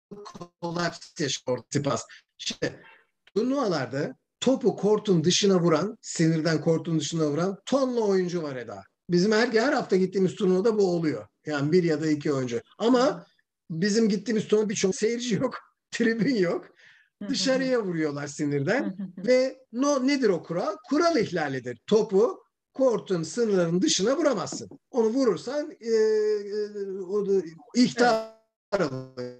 collapse yaşıyor Tsitsipas. İşte turnuvalarda topu kortun dışına vuran, sinirden kortun dışına vuran tonla oyuncu var Eda. Bizim her, her hafta gittiğimiz turnuvada bu oluyor. Yani bir ya da iki oyuncu. Ama bizim gittiğimiz turnuva birçok seyirci yok, tribün yok. Dışarıya vuruyorlar sinirden. Ve no, nedir o kural? Kural ihlalidir. Topu kortun sınırlarının dışına vuramazsın. Onu vurursan e, e, o da ihtar alır.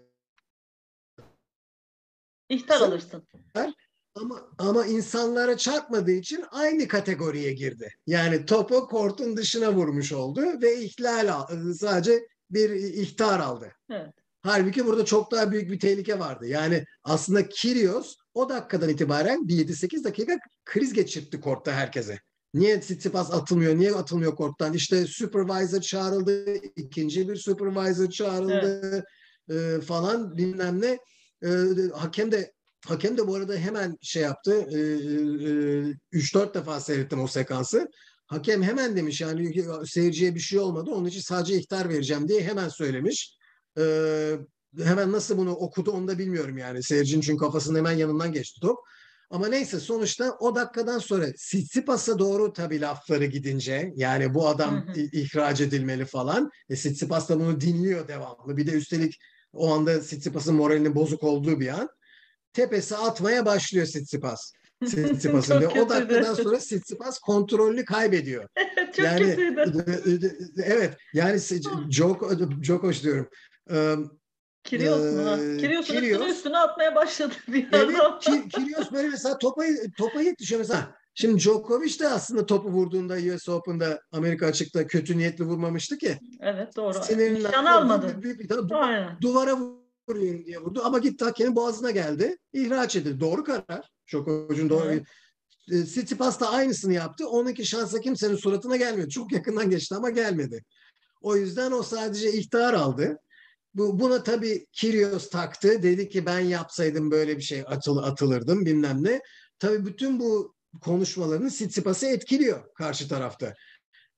İhtar alırsın.
Ama, ama insanlara çarpmadığı için aynı kategoriye girdi. Yani topu kortun dışına vurmuş oldu ve ihlal sadece bir ihtar aldı.
Evet.
Halbuki burada çok daha büyük bir tehlike vardı. Yani aslında Kyrgios o dakikadan itibaren bir yedi sekiz dakika kriz geçirtti kortta herkese. Niye Tsitsipas atılmıyor? Niye atılmıyor korttan? İşte supervisor çağrıldı. İkinci bir supervisor çağrıldı. Evet. E, falan bilmem ne. E, hakem de hakem de bu arada hemen şey yaptı. E, e, üç dört defa seyrettim o sekansı. Hakem hemen demiş yani seyirciye bir şey olmadı. Onun için sadece ihtar vereceğim diye hemen söylemiş. Ee, hemen nasıl bunu okudu onu da bilmiyorum yani. Seyircinin çünkü kafasının hemen yanından geçti top. Ama neyse sonuçta o dakikadan sonra Tsitsipas'a doğru tabii lafları gidince yani bu adam hı hı. ihraç edilmeli falan. E, Tsitsipas da bunu dinliyor devamlı. Bir de üstelik o anda Tsitsipas'ın moralinin bozuk olduğu bir an. Tepesi atmaya başlıyor Tsitsipas. Tsitsipas'ın ve o dakikadan sonra Tsitsipas kontrolünü kaybediyor.
Çok
yani
kötüydü.
Evet yani Djokovic diyorum.
Kyrgios mu ha? Kyrgios'un üstüne üstüne atmaya başladı bir
yerden. Evet, Kyrgios böyle mesela topa topa yetişiyor mesela. Şimdi Djokovic de aslında topu vurduğunda U S Open'da Amerika açıkta kötü niyetli vurmamıştı ki.
Evet doğru.
Sinirlen
Nişan almadı.
Bir, bir, bir, bir, duvara vuruyorum diye vurdu ama gitti hakemin boğazına geldi. İhraç edildi. Doğru karar. Djokovic'in doğru. Evet. Tsitsipas da aynısını yaptı. Onunki şansa kimsenin suratına gelmedi. Çok yakından geçti ama gelmedi. O yüzden o sadece ihtar aldı. Bu, buna tabii Kyrgios taktı. Dedi ki ben yapsaydım böyle bir şey atıl, atılırdım bilmem ne. Tabii bütün bu konuşmalarını Tsitsipas'ı etkiliyor karşı tarafta.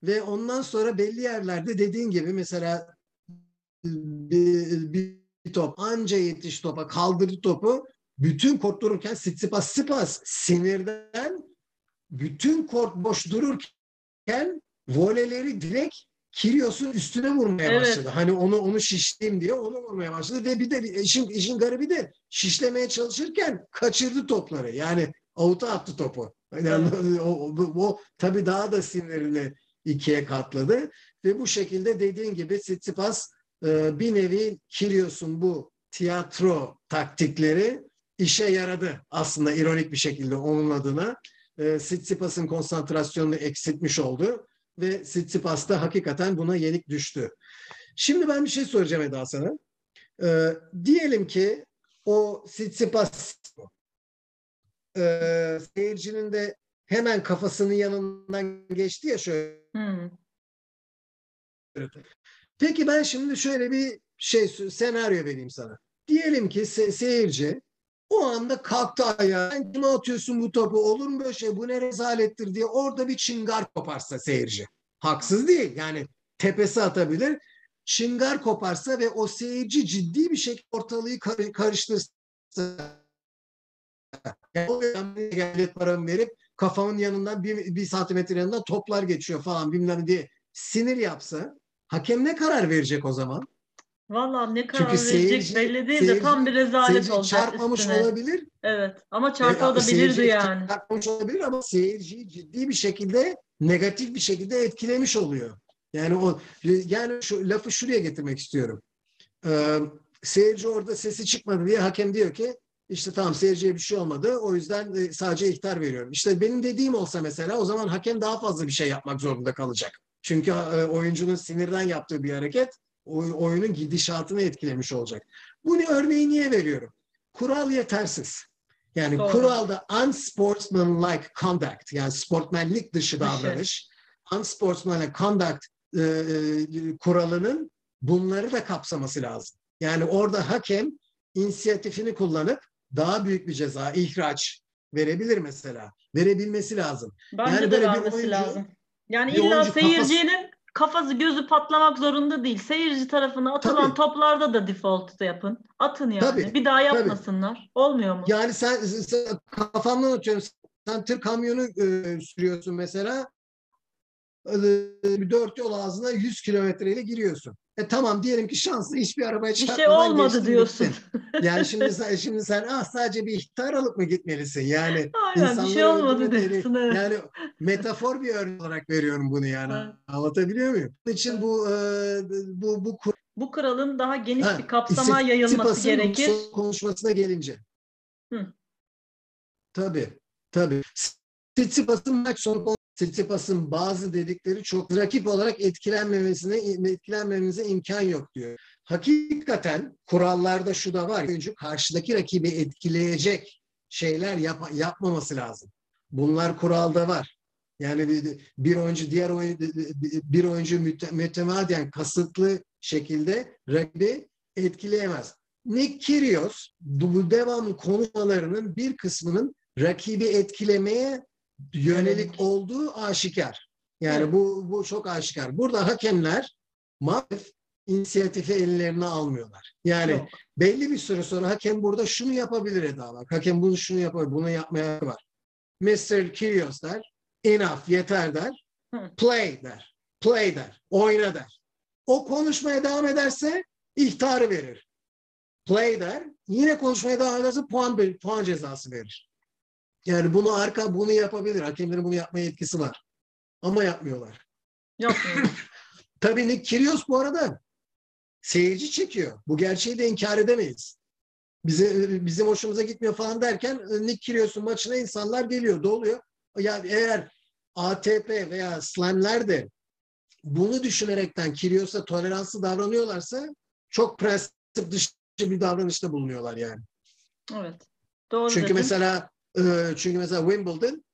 ve ondan sonra belli yerlerde dediğin gibi mesela bir, bir top anca yetiş topa kaldırdı topu bütün kort dururken Tsitsipas Tsitsipas sinirden bütün kort boş dururken voleleri direkt Kyrgios'un üstüne vurmaya
Evet.
başladı. Hani onu onu şişleyeyim diye onu vurmaya başladı ve bir de işin, işin garibi de şişlemeye çalışırken kaçırdı topları. Yani avuta attı topu. Yani
Evet.
o, o, o tabii daha da sinirini ikiye katladı ve bu şekilde dediğin gibi Tsitsipas e, bir nevi Kyrgios'un bu tiyatro taktikleri işe yaradı aslında ironik bir şekilde onun adına. E, Tsitsipas'ın konsantrasyonunu eksiltmiş oldu ve Tsitsipas da hakikaten buna yenik düştü. Şimdi ben bir şey soracağım Eda sana. E, diyelim ki o Tsitsipas e, seyircinin de hemen kafasının yanından geçti ya şöyle.
Hmm.
Peki ben şimdi şöyle bir şey senaryo vereyim sana. Diyelim ki se- seyirci o anda kalktı ayağa. Sen kime atıyorsun bu topu? Olur mu böyle şey? Bu ne rezalettir diye orada bir çıngar koparsa seyirci. Haksız değil. Yani tepesi atabilir. Çıngar koparsa ve o seyirci ciddi bir şekilde ortalığı kar- karıştırsa yani o devlet paramı verip kafamın yanından bir, bir santimetre yanından toplar geçiyor falan bilmem diye sinir yapsa hakem ne karar verecek o zaman?
Vallahi ne
Çünkü
karar verecek
seyirci
belli değil de tam bir
seyirci
rezalet
seyirci
olacak
çarpmamış
üstüne.
olabilir.
Evet ama
E,
çarpabilirdi
seyirci
yani.
çarpmamış olabilir ama seyirciyi ciddi bir şekilde negatif bir şekilde etkilemiş oluyor. Yani o yani şu lafı şuraya getirmek istiyorum. Ee, seyirci orada sesi çıkmadı diye hakem diyor ki işte tamam seyirciye bir şey olmadı o yüzden e, sadece ihtar veriyorum. İşte benim dediğim olsa mesela o zaman hakem daha fazla bir şey yapmak zorunda kalacak. Çünkü e, oyuncunun sinirden yaptığı bir hareket oy, oyunun gidişatını etkilemiş olacak. Bunu örneği niye veriyorum? Kural yetersiz. Yani
Doğru.
kuralda unsportsmanlike conduct yani sportmenlik dışı davranış, unsportsmanlike conduct e, e, kuralının bunları da kapsaması lazım. Yani orada hakem inisiyatifini kullanıp daha büyük bir ceza, ihraç verebilir mesela. Verebilmesi lazım.
Bence
Yani
de
böyle bir
vermesi
oyuncu,
lazım. Yani
bir
illa
oyuncu kafası
seyircinin kafası gözü patlamak zorunda değil. Seyirci tarafına atılan
tabii,
toplarda da default yapın. Atın yani.
tabii,
Bir daha
tabii.
yapmasınlar. Olmuyor mu?
Yani sen, sen kafamdan atıyorum. Sen tır kamyonu e, sürüyorsun mesela. Bir dört yol ağzına yüz kilometreyle giriyorsun. E tamam diyelim ki şanslı hiçbir arabaya
Bir şey
çarpmadan
olmadı
geçtin
diyorsun.
gittin. Yani şimdi sen, şimdi sen ah sadece bir ihtar alıp mı gitmelisin? Yani
Aynen bir şey
insanları
olmadı
öldürme değil.
diyorsun. Evet.
Yani metafor bir örnek olarak veriyorum bunu yani.
Evet.
Anlatabiliyor muyum? Bunun için
Evet.
bu e, bu bu kur-
Bu kuralın daha geniş bir
ha,
kapsama yayılması
Tsitsipas'ın
gerekir.
son konuşmasına gelince.
Hı.
Tabii, tabii. Tsitsipas'ın maç sonu Tsitsipas'ın bazı dedikleri çok rakip olarak etkilenmemesine etkilenmemize imkan yok diyor. Hakikaten kurallarda şu da var. Oyuncu karşıdaki rakibi etkileyecek şeyler yap, yapmaması lazım. Bunlar kuralda var. Yani bir, bir oyuncu diğer oyuncu bir oyuncu mütemadiyen kasıtlı şekilde rakibi etkileyemez. Nick Kyrgios bu devamlı konuşmalarının bir kısmının rakibi etkilemeye yönelik
Yönelik.
olduğu aşikar. Yani
Evet.
bu bu çok aşikar. Burada hakemler maalesef inisiyatifi ellerine almıyorlar. Yani
Yok.
belli bir süre sonra hakem burada şunu yapabilir Eda bak. Hakem bunu şunu yapabilir. Bunu yapmaya var. mister Kyrgios der. Enough. Yeter der.
Hı.
Play der. Play der. Oyna der. O konuşmaya devam ederse ihtarı verir. Play der. Yine konuşmaya devam ederse puan, puan cezası verir. Yani bunu arka bunu yapabilir. Hakemlerin bunu yapmaya yetkisi var. Ama yapmıyorlar.
Yapmıyorlar.
Tabii Nick Kyrgios bu arada seyirci çekiyor. Bu gerçeği de inkar edemeyiz. Bize, bizim hoşumuza gitmiyor falan derken Nick Kyrgios'un maçına insanlar geliyor, doluyor. Yani eğer A T P veya Slam'ler de bunu düşünerekten Kyrgios'a toleranslı davranıyorlarsa çok prensip dışı bir davranışta bulunuyorlar yani.
Evet. Doğru
Çünkü
dedin.
mesela çünkü mesela Wimbledon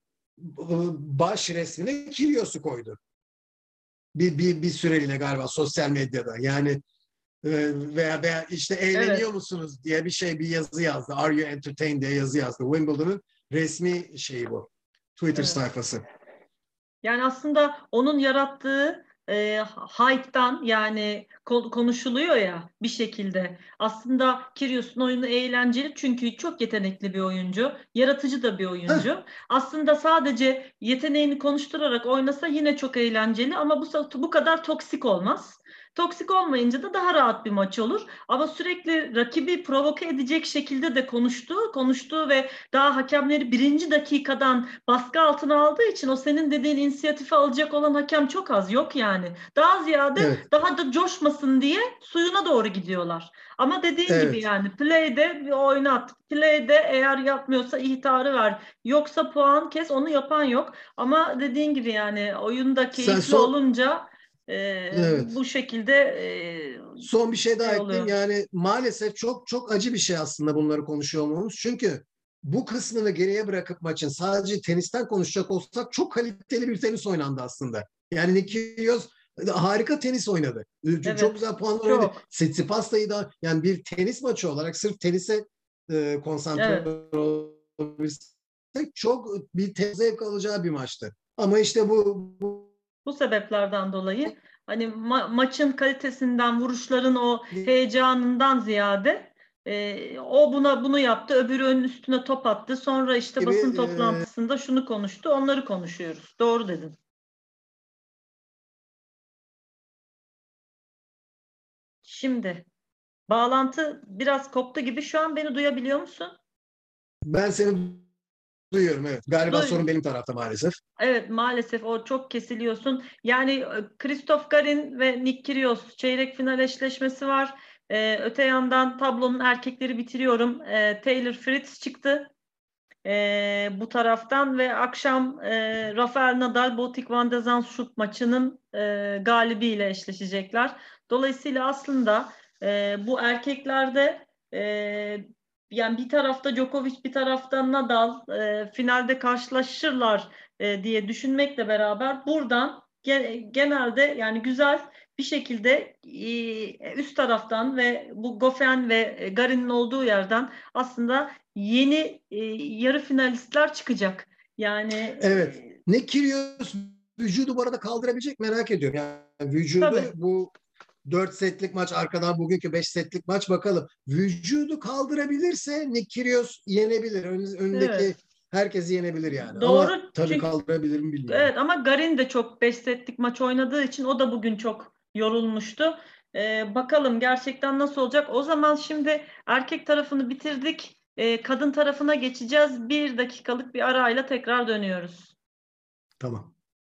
baş resmine Kyrgios'u koydu. Bir, bir, bir süreliğine galiba sosyal medyada. Yani veya, veya işte eğleniyor
Evet.
musunuz diye bir şey bir yazı yazdı. Are you entertained diye yazı yazdı. Wimbledon'un resmi şeyi bu. Twitter
Evet.
sayfası.
Yani aslında onun yarattığı e, hype'tan, yani konuşuluyor ya bir şekilde. Aslında Kyrgios'un oyunu eğlenceli çünkü çok yetenekli bir oyuncu. Yaratıcı da bir oyuncu.
Heh.
Aslında sadece yeteneğini konuşturarak oynasa yine çok eğlenceli ama bu, bu kadar toksik olmaz. Toksik olmayınca da daha rahat bir maç olur. Ama sürekli rakibi provoke edecek şekilde de konuştu. Konuştu ve daha hakemleri birinci dakikadan baskı altına aldığı için o senin dediğin inisiyatifi alacak olan hakem çok az. Yok yani. Daha ziyade
Evet.
daha da coşmasın diye suyuna doğru gidiyorlar. Ama dediğin
Evet.
gibi yani play'de bir oynat. Play'de eğer yapmıyorsa ihtarı ver. Yoksa puan kes, onu yapan yok. Ama dediğin gibi yani oyunda keyifli
son...
olunca e,
evet.
bu şekilde e,
son bir şey daha
şey
ekleyeyim.
oluyor.
Yani maalesef çok çok acı bir şey aslında bunları konuşuyor olmamız. Çünkü bu kısmını geriye bırakıp maçın sadece tenisten konuşacak olsak çok kaliteli bir tenis oynandı aslında. Yani Nick Kyrgios harika tenis oynadı.
Evet,
çok güzel puanlar
çok.
oynadı. Tsitsipas da yani bir tenis maçı olarak sırf tenise e, konsantre
Evet.
olabilsek çok bir zevk alacağı bir maçtı. Ama işte bu, bu
Bu sebeplerden dolayı hani ma- maçın kalitesinden, vuruşların o heyecanından ziyade e, o buna bunu yaptı, öbürü önün üstüne top attı. Sonra işte
gibi,
basın
e,
toplantısında şunu konuştu, onları konuşuyoruz. Doğru dedin. Şimdi bağlantı biraz koptu gibi. Şu an beni duyabiliyor musun?
ben seni duyuyorum, evet. Galiba
Duy
sorun benim tarafta maalesef.
Evet, maalesef o çok kesiliyorsun. Yani Christoph Garin ve Nick Kyrgios çeyrek final eşleşmesi var. Ee, öte yandan tablonun erkekleri bitiriyorum. Ee, Taylor Fritz çıktı ee, bu taraftan ve akşam e, Rafael Nadal Botic van de Zandschulp maçının e, galibiyle eşleşecekler. Dolayısıyla aslında e, bu erkeklerde e, yani bir tarafta Djokovic, bir tarafta Nadal e, finalde karşılaşırlar e, diye düşünmekle beraber buradan ge- genelde yani güzel bir şekilde e, üst taraftan ve bu Goffin ve Garin'in olduğu yerden aslında yeni e, yarı finalistler çıkacak. Yani
Evet.
e,
Nick Kyrgios vücudu bu arada kaldırabilecek merak ediyorum. Yani vücudu
tabii.
bu dört setlik maç, arkadan bugünkü beş setlik maç, bakalım. Vücudu kaldırabilirse Nick Kyrgios yenebilir. Ön- önündeki
Evet.
herkesi yenebilir yani. Ama
Doğru.
tabii
Çünkü
kaldırabilir mi bilmiyorum.
evet, ama Garin de çok beş setlik maç oynadığı için o da bugün çok yorulmuştu. Ee, bakalım gerçekten nasıl olacak. O zaman şimdi erkek tarafını bitirdik. Ee, kadın tarafına geçeceğiz. Bir dakikalık bir arayla tekrar dönüyoruz.
Tamam.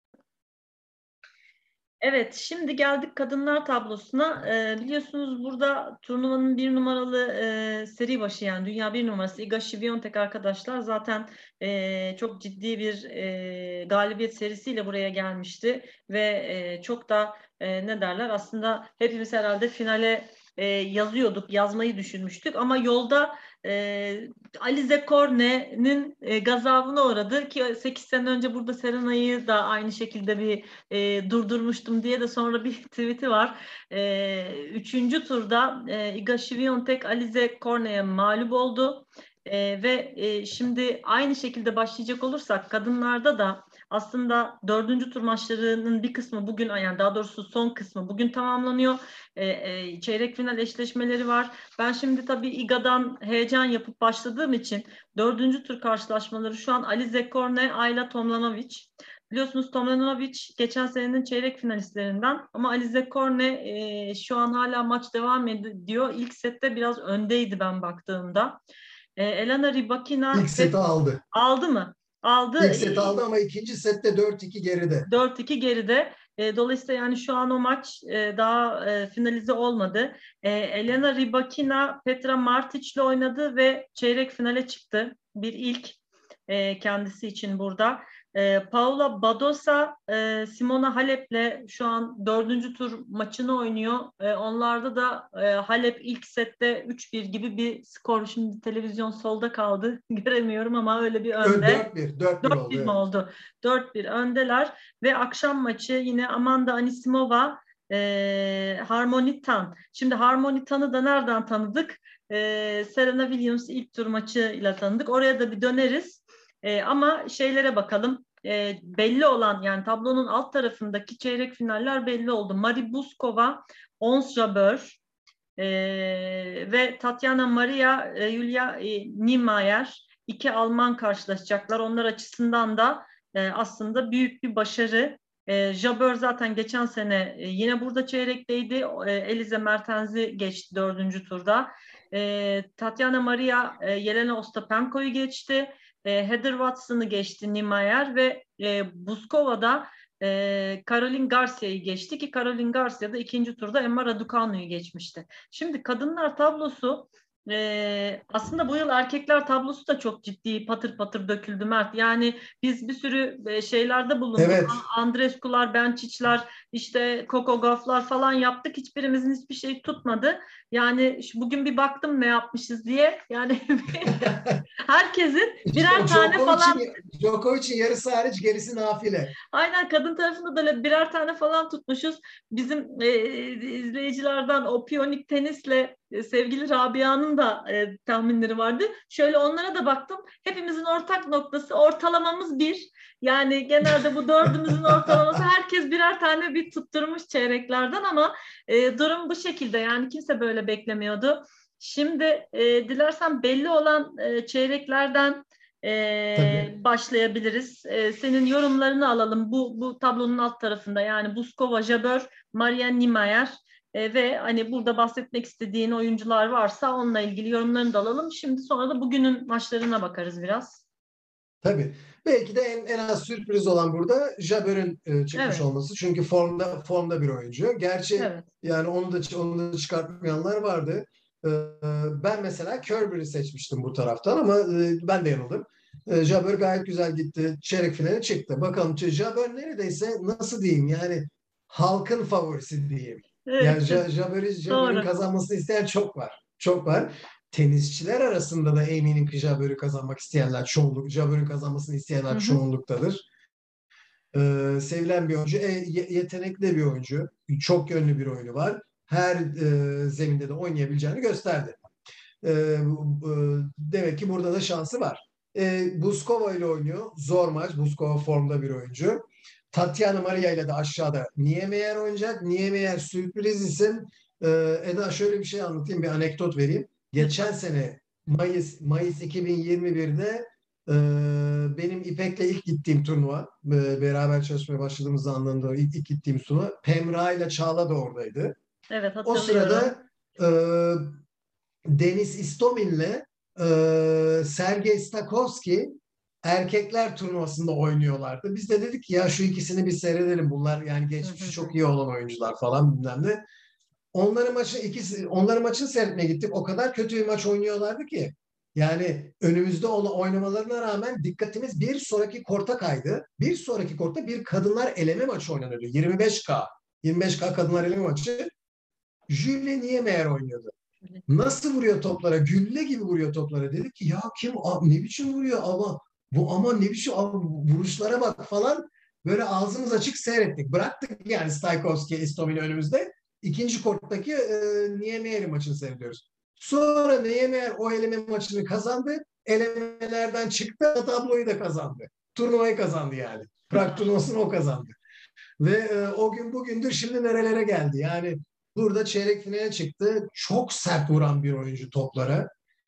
Evet, şimdi geldik kadınlar tablosuna. Ee, biliyorsunuz burada turnuvanın bir numaralı e, seri başı, yani dünya bir numarası Iga Świątek arkadaşlar zaten e, çok ciddi bir e, galibiyet serisiyle buraya gelmişti ve e, çok da e, ne derler, aslında hepimiz herhalde finale e, yazıyorduk, yazmayı düşünmüştük ama yolda e, Alize Corne'nin e, gazabına uğradı ki sekiz sene önce burada Serena'yı da aynı şekilde bir e, durdurmuştum diye de sonra bir tweet'i var. E, üçüncü turda e, Iga Świątek Alize Corne'ye mağlup oldu. E, ve e, şimdi aynı şekilde başlayacak olursak kadınlarda da aslında dördüncü tur maçlarının bir kısmı bugün, yani daha doğrusu son kısmı bugün tamamlanıyor. E, e, çeyrek final eşleşmeleri var. Ben şimdi tabii Iga'dan heyecan yapıp başladığım için dördüncü tur karşılaşmaları şu an Alize Corne, Ayla Tomljanovic. Biliyorsunuz Tomljanovic geçen senenin çeyrek finalistlerinden ama Alize Corne e, şu an hala maç devam ediyor. İlk sette biraz öndeydi ben baktığımda. E, Elena Rybakina
İlk seti aldı.
aldı mı? Aldı.
İlk seti aldı ama ikinci sette dört iki geride.
dört iki geride. E, dolayısıyla yani şu an o maç e, daha e, finalize olmadı. E, Elena Rybakina Petra Martic'le oynadı ve çeyrek finale çıktı. Bir ilk e, kendisi için burada. E, Paula Badosa e, Simona Halep'le şu an dördüncü tur maçını oynuyor. E, onlarda da e, Halep ilk sette üç bir gibi bir skor. Şimdi televizyon solda kaldı. Göremiyorum ama öyle bir önde.
dört bir. dört bir oldu.
dört bir mi
evet.
oldu? dört bir öndeler ve akşam maçı yine Amanda Anisimova e, Harmonitan. Şimdi Harmonitan'ı da nereden tanıdık? E, Serena Williams ilk tur maçıyla tanıdık. Oraya da bir döneriz. E, ama şeylere bakalım. e, belli olan, yani tablonun alt tarafındaki çeyrek finaller belli oldu. Mari Buskova, Ons Jabeur e, ve Tatiana Maria e, Julia e, Niemeyer, iki Alman karşılaşacaklar. Onlar açısından da e, aslında büyük bir başarı. E, Jabeur zaten geçen sene e, yine burada çeyrekteydi. E, Elize Mertens'i geçti dördüncü turda. E, Tatiana Maria e, Yelena Ostapenko'yu geçti. E, Heather Watson'ı geçti Niemeyer ve e, Buskova'da e, Caroline Garcia'yı geçti ki Caroline Garcia da ikinci turda Emma Raducanu'yu geçmişti. Şimdi kadınlar tablosu e, aslında bu yıl erkekler tablosu da çok ciddi patır patır döküldü Mert. Yani biz bir sürü e, şeylerde bulunduk.
Evet.
Andrescu'lar, Benčić'ler, işte Coco Gauff'lar falan yaptık. Hiçbirimizin hiçbir şey tutmadı. Yani şu, bugün bir baktım ne yapmışız diye. Yani herkesin birer tane falan.
Djokovic'in yarısı hariç gerisi nafile.
Aynen, kadın tarafında da birer tane falan tutmuşuz. Bizim e, izleyicilerden o piyonik tenisle e, sevgili Rabia'nın da e, tahminleri vardı. Şöyle onlara da baktım. Hepimizin ortak noktası ortalamamız bir. Yani genelde bu dördümüzün ortalaması herkes birer tane bir tutturmuş çeyreklerden ama e, durum bu şekilde. Yani kimse böyle beklemiyordu. Şimdi e, dilersen belli olan e, çeyreklerden Ee, başlayabiliriz. Ee, senin yorumlarını alalım bu bu tablonun alt tarafında, yani Buskova, Jabeur, Maria Niemeyer e, ve hani burada bahsetmek istediğin oyuncular varsa onunla ilgili yorumlarını da alalım. Şimdi sonra da bugünün maçlarına bakarız biraz.
Tabii. Belki de en, en az sürpriz olan burada Jabeur'ün e, çıkmış
Evet.
olması. Çünkü formda formda bir oyuncu. Gerçi
Evet.
yani onu da onu da çıkartmayanlar vardı. Ee, ben mesela Kerber'i seçmiştim bu taraftan ama e, ben de yanıldım. E, Jabeur gayet güzel gitti. Çeyrek finale çıktı. Bakalım Jabeur neredeyse nasıl diyeyim yani halkın favorisi diyeyim.
Evet.
Yani Jabeur'ün Jabeur'ün kazanmasını isteyen çok var. Çok var. Tenisçiler arasında da eminim ki Jabeur'ü kazanmak isteyenler çoğunluk, Jabeur'ün kazanmasını isteyenler hı hı. çoğunluktadır. Ee, sevilen bir oyuncu, e, yetenekli bir oyuncu, çok yönlü bir oyunu var. Her e, zeminde de oynayabileceğini gösterdi. E, e, demek ki burada da şansı var. E, Buskova ile oynuyor. Zor maç. Buskova formda bir oyuncu. Tatiana Maria ile de aşağıda Niemeyer oynayacak. Niemeyer sürpriz isim. E, Eda şöyle bir şey anlatayım, bir anekdot vereyim. Geçen sene Mayıs Mayıs iki bin yirmi birde e, benim İpek'le ilk gittiğim turnuva, e, beraber çalışmaya başladığımız anlamda ilk, ilk gittiğim turnuva, Pemra ile Çağla da oradaydı.
Evet,
o sırada e, Denis Istomin'le e, Sergey Stakhovski erkekler turnuvasında oynuyorlardı. Biz de dedik ki ya şu ikisini bir seyredelim. Bunlar yani geçmişi çok iyi olan oyuncular falan bilmem ne. Onların maçı ikisi onların maçını seyretmeye gittik. O kadar kötü bir maç oynuyorlardı ki. Yani önümüzde olan oynamalarına rağmen dikkatimiz bir sonraki korta kaydı. Bir sonraki kortta bir kadınlar eleme maçı oynanıyordu. yirmi beş K. yirmi beş K kadınlar eleme maçı. Julie Niemeyer oynuyordu. Nasıl vuruyor toplara? Gülle gibi vuruyor toplara. Dedik ki ya kim? Ne biçim vuruyor ama bu ama ne biçim vuruşlara bak falan. Böyle ağzımız açık seyrettik. Bıraktık yani Stajkovski, Istomin'i önümüzde. İkinci korttaki e, Niemeyer maçını seyrediyoruz. Sonra Niemeyer o eleme maçını kazandı. Elemelerden çıktı. Tabloyu da kazandı. Turnuvayı kazandı yani. Prag turnuvasını o kazandı. Ve e, o gün bugündür şimdi nerelere geldi. Yani burada çeyrek finale çıktı. Çok sert vuran bir oyuncu toplara.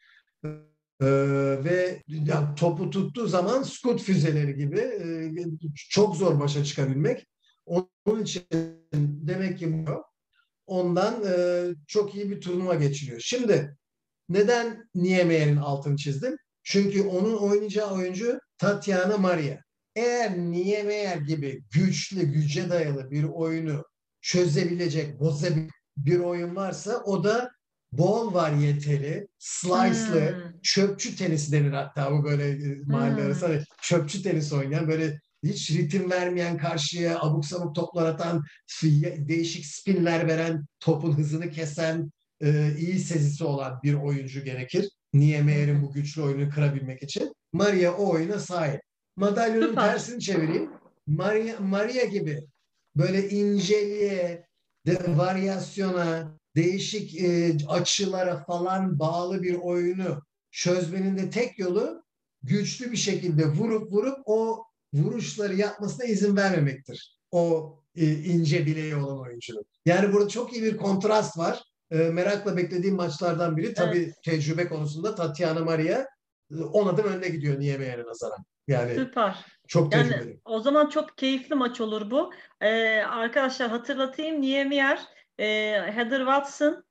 Ee, ve ya, topu tuttuğu zaman skut füzeleri gibi e, çok zor başa çıkabilmek. Onun için demek ki bu. Ondan e, çok iyi bir turnuva geçiriyor. Şimdi neden Niemeyer'in altını çizdim? Çünkü onun oynayacağı oyuncu Tatiana Maria. Eğer Niemeyer gibi güçlü, güce dayalı bir oyunu çözebilecek, bozabilecek bir oyun varsa o da bol variyeteli, slice'lı, hmm. çöpçü tenisi denir hatta bu böyle mahalle hmm. arası. Hani çöpçü tenisi oynayan, böyle hiç ritim vermeyen, karşıya abuk sabuk toplar atan, değişik spinler veren, topun hızını kesen, iyi sezisi olan bir oyuncu gerekir. Niemeyer'in bu güçlü oyunu kırabilmek için. Maria o oyuna sahip. Madalyonun Süper. tersini çevireyim. Maria, Maria gibi böyle inceliğe, de, varyasyona, değişik e, açılara falan bağlı bir oyunu çözmenin de tek yolu güçlü bir şekilde vurup vurup o vuruşları yapmasına izin vermemektir. O e, ince bileği olan oyuncunun. Yani burada çok iyi bir kontrast var. E, merakla beklediğim maçlardan biri. Tabii
Evet.
tecrübe konusunda Tatiana Maria e, on adım önde gidiyor Niemeyer'e nazaran. Yani
Süper.
çok
Yani
tecrübeli.
o zaman çok keyifli maç olur bu. Ee, arkadaşlar hatırlatayım. Niemier, e, Heather Watson,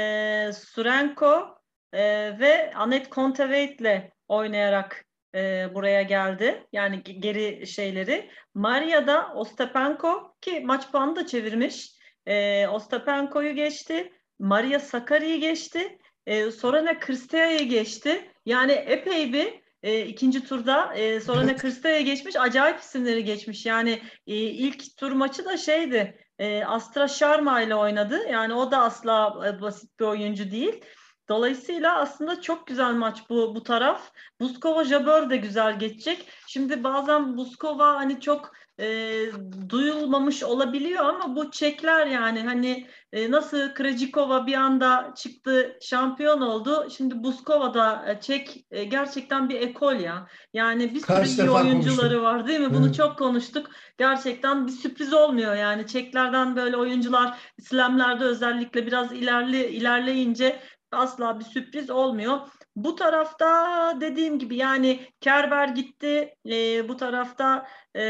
e, Surenko e, ve Anett Kontaveit ile oynayarak e, buraya geldi. Yani ge- geri şeyleri. Maria da Ostapenko ki maç puanı da çevirmiş. E, Ostapenko'yu geçti. Maria Sakkari'yi geçti. E, Sorana Cîrstea geçti. Yani epey bir e, ikinci turda e, Sorana Cîrstea'ya geçmiş. Acayip isimleri geçmiş. Yani e, ilk tur maçı da şeydi. E, Astra Sharma ile oynadı. Yani o da asla e, basit bir oyuncu değil. Dolayısıyla aslında çok güzel maç bu bu taraf. Buskova Jabeur de güzel geçecek. Şimdi bazen Buskova hani çok e, duyulmamış olabiliyor ama bu Çekler yani hani e, nasıl Krejcikova bir anda çıktı şampiyon oldu. Şimdi Buskova da e, Çek e, gerçekten bir ekol ya. Yani bir sürü
Kaç
iyi
defa
oyuncuları
konuştuk.
var değil mi? Bunu
Evet.
çok konuştuk. Gerçekten bir sürpriz olmuyor yani. Çeklerden böyle oyuncular slamlerde özellikle biraz ilerli ilerleyince asla bir sürpriz olmuyor. Bu tarafta dediğim gibi yani Kerber gitti. E, bu tarafta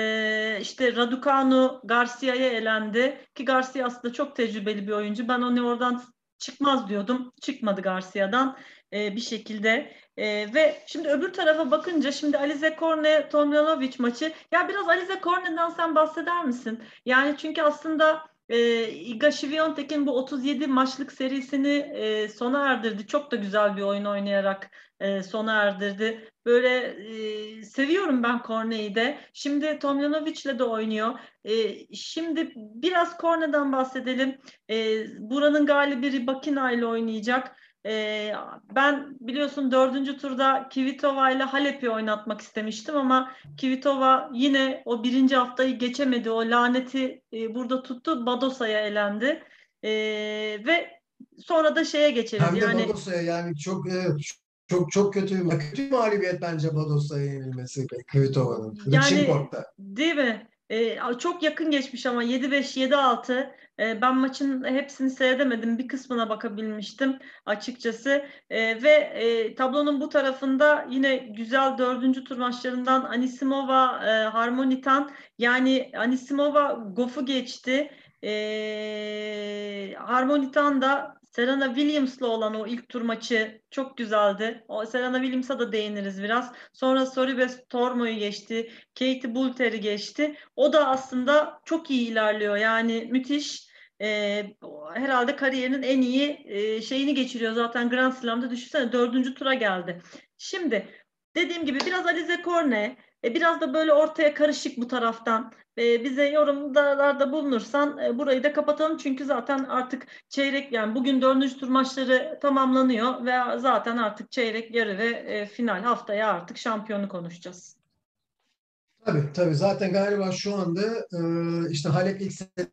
e, işte Raducanu Garcia'ya elendi. Ki Garcia aslında çok tecrübeli bir oyuncu. Ben onu oradan çıkmaz diyordum. Çıkmadı Garcia'dan e, bir şekilde. E, ve şimdi öbür tarafa bakınca şimdi Alize Cornet Tomljanovic maçı. Ya biraz Alize Cornet'den sen bahseder misin? Yani çünkü aslında e, Iga Świątek'in bu otuz yedi maçlık serisini e, sona erdirdi. Çok da güzel bir oyun oynayarak e, sona erdirdi. Böyle e, seviyorum ben Cornet'i de. Şimdi Tomljanovic'le de oynuyor. E, şimdi biraz Cornet'den bahsedelim. E, buranın galibi Rybakina ile oynayacak. E, ben biliyorsun dördüncü turda Kvitova ile Halep'i oynatmak istemiştim ama Kvitova yine o birinci haftayı geçemedi. O laneti e, burada tuttu. Badosa'ya elendi. E, ve sonra da şeye geçeriz.
Hem de
Yani
Badosa'ya yani çok e, çok çok kötü bir kötü bir mağlubiyet bence Badosa'ya yenilmesi Kvitova'nın.
yani
Rıçinkort'ta.
değil mi? E, çok yakın geçmiş ama yedi beş yedi altı. E, ben maçın hepsini seyredemedim. Bir kısmına bakabilmiştim açıkçası. E, ve e, tablonun bu tarafında yine güzel dördüncü tur maçlarından Anisimova, e, Harmonitan. Yani Anisimova Goff'u geçti. E, Harmonitan da Serena Williams'la olan o ilk tur maçı çok güzeldi. O Serena Williams'a da değiniriz biraz. Sonra Soribes Tormo'yu geçti. Katie Boulter'i geçti. O da aslında çok iyi ilerliyor. Yani müthiş. Ee, herhalde kariyerinin en iyi e, şeyini geçiriyor. Zaten Grand Slam'da düşünsene dördüncü tura geldi. Şimdi dediğim gibi biraz Alize Cornet, e, biraz da böyle ortaya karışık bu taraftan. E, bize yorumlarda bulunursan e, burayı da kapatalım. Çünkü zaten artık çeyrek yani bugün dördüncü tur maçları tamamlanıyor ve zaten artık çeyrek, yarı ve e, final haftaya artık şampiyonu konuşacağız.
Tabii tabii zaten galiba şu anda e, işte Halep ilk seti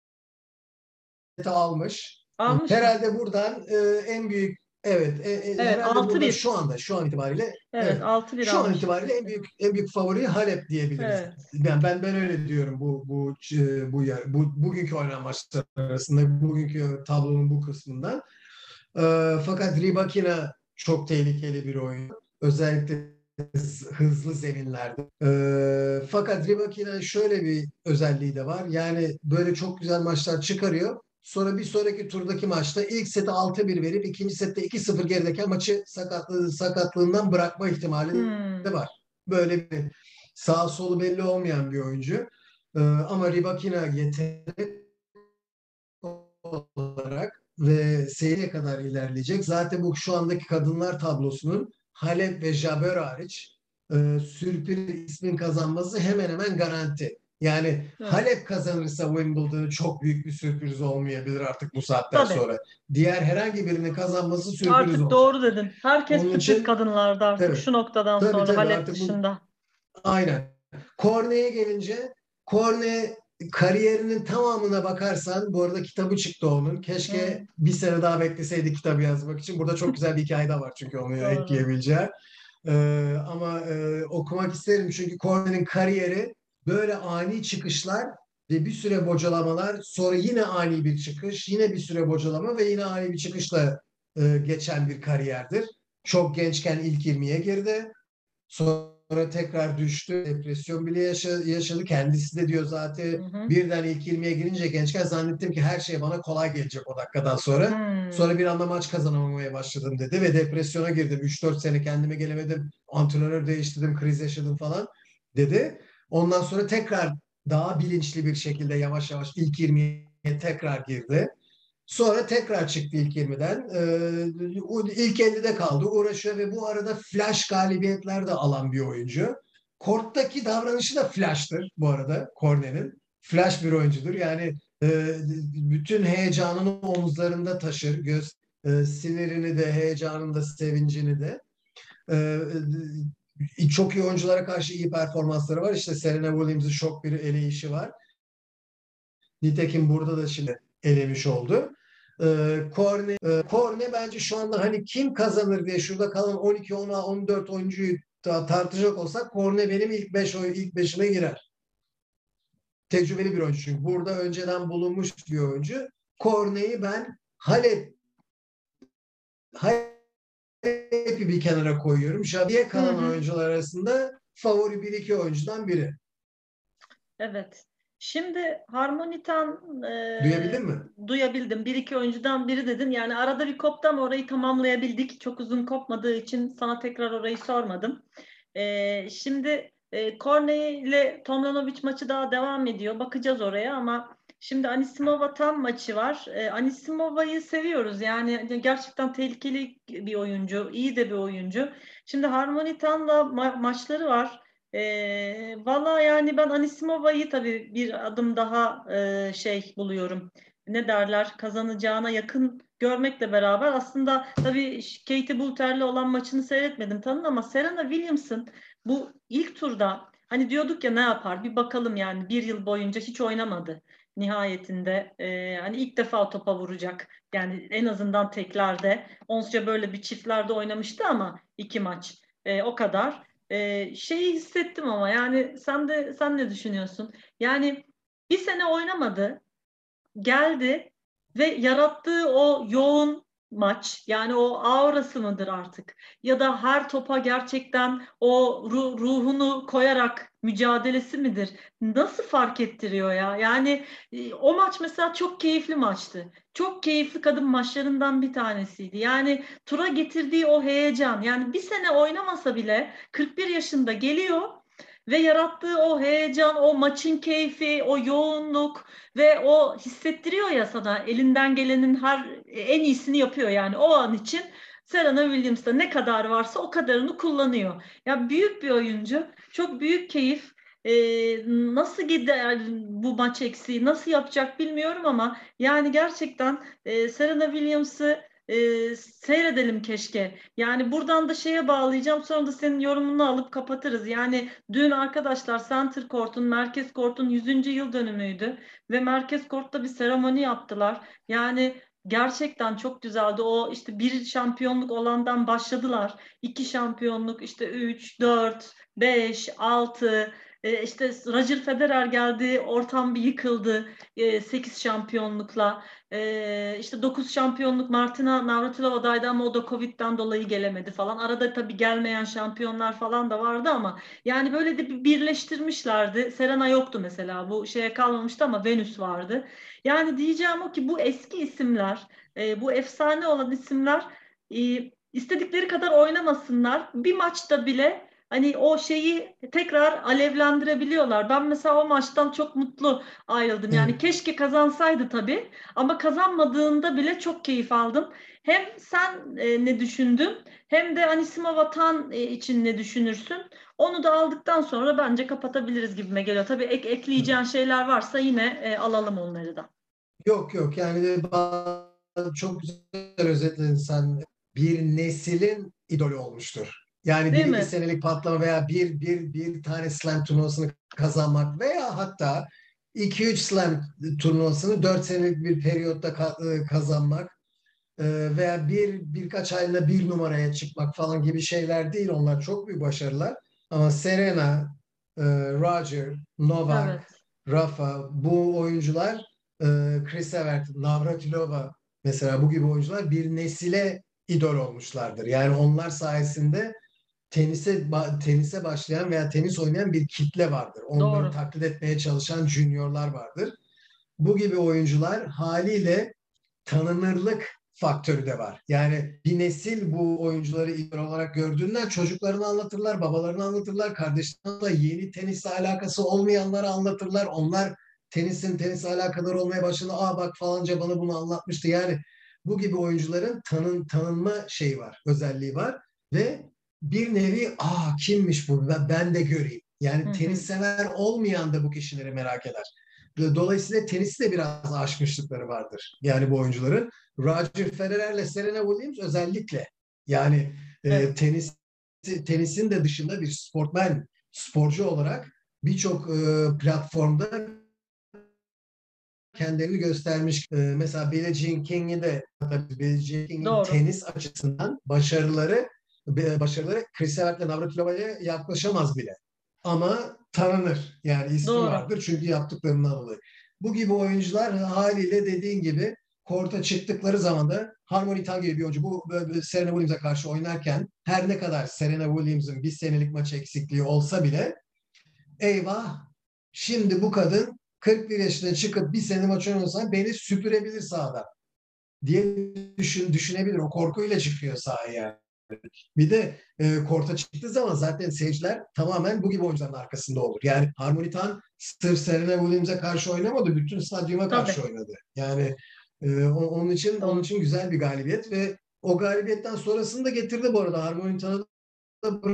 almış.
Almış mı?
Herhalde buradan e, en büyük evet, e, e,
Evet,
herhalde
altı
burada
bir.
şu anda şu an itibariyle
Evet,
evet,
altı bir
şu an
almış.
itibariyle en büyük en büyük favori Halep diyebiliriz.
Evet.
Ben ben ben öyle diyorum bu bu e, bu yer bu bugünkü oynanan maçlar arasında bugünkü tablonun bu kısmından. E, fakat Rybakina çok tehlikeli bir oyun. Özellikle hızlı zeminlerde. E, fakat Rybakina'nın şöyle bir özelliği de var. Yani böyle çok güzel maçlar çıkarıyor. Sonra bir sonraki turdaki maçta ilk seti altı bir verip ikinci sette iki sıfır gerideyken maçı sakatlığı, sakatlığından bırakma ihtimali
Hmm.
de var. Böyle bir sağ solu belli olmayan bir oyuncu. Ee, ama Rybakina yetenek olarak ve seriye kadar ilerleyecek. Zaten bu şu andaki kadınlar tablosunun Halep ve Jabeur hariç e, sürpriz ismin kazanması hemen hemen garanti. Yani
Evet.
Halep kazanırsa Wimbledon'ı çok büyük bir sürpriz olmayabilir artık bu saatten
Tabii.
sonra. Diğer herhangi birinin kazanması sürpriz
Artık
olacak.
doğru dedin. Herkes
Onun
sürpriz
için
kadınlarda artık
evet.
şu noktadan
Tabii
sonra
tabii
Halep
artık bu
dışında.
aynen. Korne'ye gelince Korne kariyerinin tamamına bakarsan bu arada kitabı çıktı onun. Keşke
Hmm.
bir sene daha bekleseydi kitabı yazmak için. Burada çok güzel bir hikaye de var çünkü onu
Doğru.
ekleyebileceği. Ee, ama e, okumak isterim çünkü Cornet'in kariyeri böyle ani çıkışlar ve bir süre bocalamalar, sonra yine ani bir çıkış, yine bir süre bocalama ve yine ani bir çıkışla e, geçen bir kariyerdir. Çok gençken ilk yirmiye girdi. Sonra tekrar düştü. Depresyon bile yaşa- yaşadı. Kendisi de diyor zaten,
Hı hı.
birden ilk yirmiye girince gençken zannettim ki her şey bana kolay gelecek o dakikadan sonra.
Hmm.
Sonra bir anda maç kazanamamaya başladım dedi ve depresyona girdim. üç dört sene kendime gelemedim. Antrenör değiştirdim, kriz yaşadım falan dedi. Ondan sonra tekrar daha bilinçli bir şekilde yavaş yavaş ilk yirmiye tekrar girdi. Sonra tekrar çıktı ilk yirmiden. Ee, ilk ellide kaldı. Uğraşıyor ve bu arada flash galibiyetler de alan bir oyuncu. Korttaki davranışı da flash'tır bu arada Cornet'in. Flash bir oyuncudur. Yani e, bütün heyecanını omuzlarında taşır. Göz e, sinirini de, heyecanını da, sevincini de. E, çok iyi oyunculara karşı iyi performansları var. İşte Serena Williams'ın şok bir eleyişi var. Nitekim burada da şimdi elemiş oldu. Korne, Korne bence şu anda hani kim kazanır diye şurada kalan on iki, on dört oyuncuyu tartacak olsak Korne benim ilk beş ilk beşime girer. Tecrübeli bir oyuncu çünkü. Burada önceden bulunmuş bir oyuncu. Korne'yi ben Halep Halep'i bir kenara koyuyorum. Javier kalan
Hı hı.
oyuncular arasında favori bir iki oyuncudan biri.
Evet. Şimdi Harmonitan e,
Duyabildin mi?
duyabildim. Bir iki oyuncudan biri dedin. Yani arada bir koptu ama orayı tamamlayabildik. Çok uzun kopmadığı için sana tekrar orayı sormadım. E, şimdi e, Cornet ile Tomljanovic maçı daha devam ediyor. Bakacağız oraya ama şimdi Anisimova tam maçı var. E, Anisimova'yı seviyoruz. Yani gerçekten tehlikeli bir oyuncu. İyi de bir oyuncu. Şimdi Harmonitan'la ma- maçları var. E, valla yani ben Anisimova'yı tabii bir adım daha e, şey buluyorum. Ne derler, kazanacağına yakın görmekle beraber aslında tabii Katie Boulter'le olan maçını seyretmedim tanın ama Serena Williams'ın bu ilk turda hani diyorduk ya ne yapar bir bakalım, yani bir yıl boyunca hiç oynamadı nihayetinde. E, hani ilk defa topa vuracak yani en azından teklerde. Onca böyle bir çiftlerde oynamıştı ama iki maç e, o kadar. Ee, şeyi hissettim ama yani sen de sen ne düşünüyorsun? Yani bir sene oynamadı, geldi ve yarattığı o yoğun maç, yani o aurası mıdır artık? Ya da her topa gerçekten o ruh, ruhunu koyarak mücadelesi midir? Nasıl fark ettiriyor ya? Yani e, o maç mesela çok keyifli maçtı. Çok keyifli kadın maçlarından bir tanesiydi. Yani tura getirdiği o heyecan, yani bir sene oynamasa bile kırk bir yaşında geliyor ve yarattığı o heyecan, o maçın keyfi, o yoğunluk ve o hissettiriyor ya sana elinden gelenin her en iyisini yapıyor yani o an için. Serena Williams'da ne kadar varsa o kadarını kullanıyor. Ya büyük bir oyuncu, çok büyük keyif. Ee, nasıl gider bu maç eksiği, nasıl yapacak bilmiyorum ama yani gerçekten e, Serena Williams'ı e, seyredelim keşke. Yani buradan da şeye bağlayacağım, sonra da senin yorumunu alıp kapatırız. Yani dün arkadaşlar Center Court'un, Merkez Court'un yüzüncü yıl dönümüydü ve Merkez Court'ta bir seremoni yaptılar. Yani gerçekten çok güzeldi. O işte bir şampiyonluk olandan başladılar. İki şampiyonluk, işte üç, dört, beş, altı, e, işte Roger Federer geldi, ortam bir yıkıldı. E, sekiz şampiyonlukla. E, işte dokuz şampiyonluk Martina Navratilova'daydı ama o da Covid'den dolayı gelemedi falan. Arada tabii gelmeyen şampiyonlar falan da vardı ama yani böyle de bir birleştirmişlerdi. Serena yoktu mesela. Bu şeye kalmamıştı ama Venüs vardı. Yani diyeceğim o ki bu eski isimler, e, bu efsane olan isimler e, istedikleri kadar oynamasınlar. Bir maçta bile hani o şeyi tekrar alevlendirebiliyorlar. Ben mesela o maçtan çok mutlu ayrıldım. Yani
Evet.
keşke kazansaydı tabii ama kazanmadığında bile çok keyif aldım. Hem sen e, ne düşündün hem de Anisimova Tan e, için ne düşünürsün? Onu da aldıktan sonra bence kapatabiliriz gibime geliyor. Tabii ek, ekleyeceğin şeyler varsa yine e, alalım onları da.
Yok yok yani de ba- çok güzel özetledin sen. Bir neslin idolü olmuştur. Yani bir
Değil
iki
mi?
senelik patlama veya bir bir bir tane slam turnuvasını kazanmak veya hatta iki üç slam turnuvasını dört senelik bir periyotta ka- kazanmak e, veya bir birkaç aylığına bir numaraya çıkmak falan gibi şeyler değil. Onlar çok büyük başarılar. Ama Serena, e, Roger, Novak,
Evet.
Rafa, bu oyuncular, e, Chris Evert, Navratilova mesela, bu gibi oyuncular bir nesile idol olmuşlardır. Yani onlar sayesinde tenise ba- tenise başlayan veya tenis oynayan bir kitle vardır. Onları
Doğru.
taklit etmeye çalışan juniorlar vardır. Bu gibi oyuncular haliyle tanınırlık faktörü de var. Yani bir nesil bu oyuncuları idol olarak gördüğünden çocuklarını anlatırlar, babalarını anlatırlar, kardeşlerine da yeni tenisle alakası olmayanları anlatırlar. Onlar tenisin tenisle alakadar olmaya başladı. Aa bak falanca bana bunu anlatmıştı. Yani bu gibi oyuncuların tanın, tanınma şeyi var, özelliği var ve bir nevi aa kimmiş bu ben, ben de göreyim. Yani
Hı hı.
tenis sever olmayan da bu kişileri merak eder. Dolayısıyla tenisi de biraz aşmışlıkları vardır. Yani bu oyuncuların. Roger Federer'le Serena Williams özellikle. Yani e,
Evet.
tenis tenisin de dışında bir sportmen, sporcu olarak birçok e, platformda kendilerini göstermiş. E, mesela Billie Jean King'i de, tabii Billie Jean King'in
Doğru.
tenis açısından başarıları başarıları Chris Evert'le Navratilova yaklaşamaz bile. Ama tanınır. Yani ismi
Doğru.
vardır çünkü yaptıklarından dolayı. Bu gibi oyuncular haliyle dediğin gibi korta çıktıkları zaman da Harmony Tan gibi bir oyuncu bu böyle Serena Williams'a karşı oynarken her ne kadar Serena Williams'ın bir senelik maç eksikliği olsa bile eyvah şimdi bu kadın kırk bir yaşına çıkıp bir sene maç oynasa beni süpürebilir sahada diye düşün, düşünebilir. O korkuyla çıkıyor sahaya yani. Bir de e, korta çıktığı zaman zaten seyirciler tamamen bu gibi oyuncuların arkasında olur. Yani Harmony Tan sırf Serena Williams'a karşı oynamadı. Bütün stadyuma karşı
Tabii.
oynadı. Yani e, o- onun için
Doğru.
onun için güzel bir galibiyet ve o galibiyetten sonrasını da getirdi bu arada. Harmony Tan'a da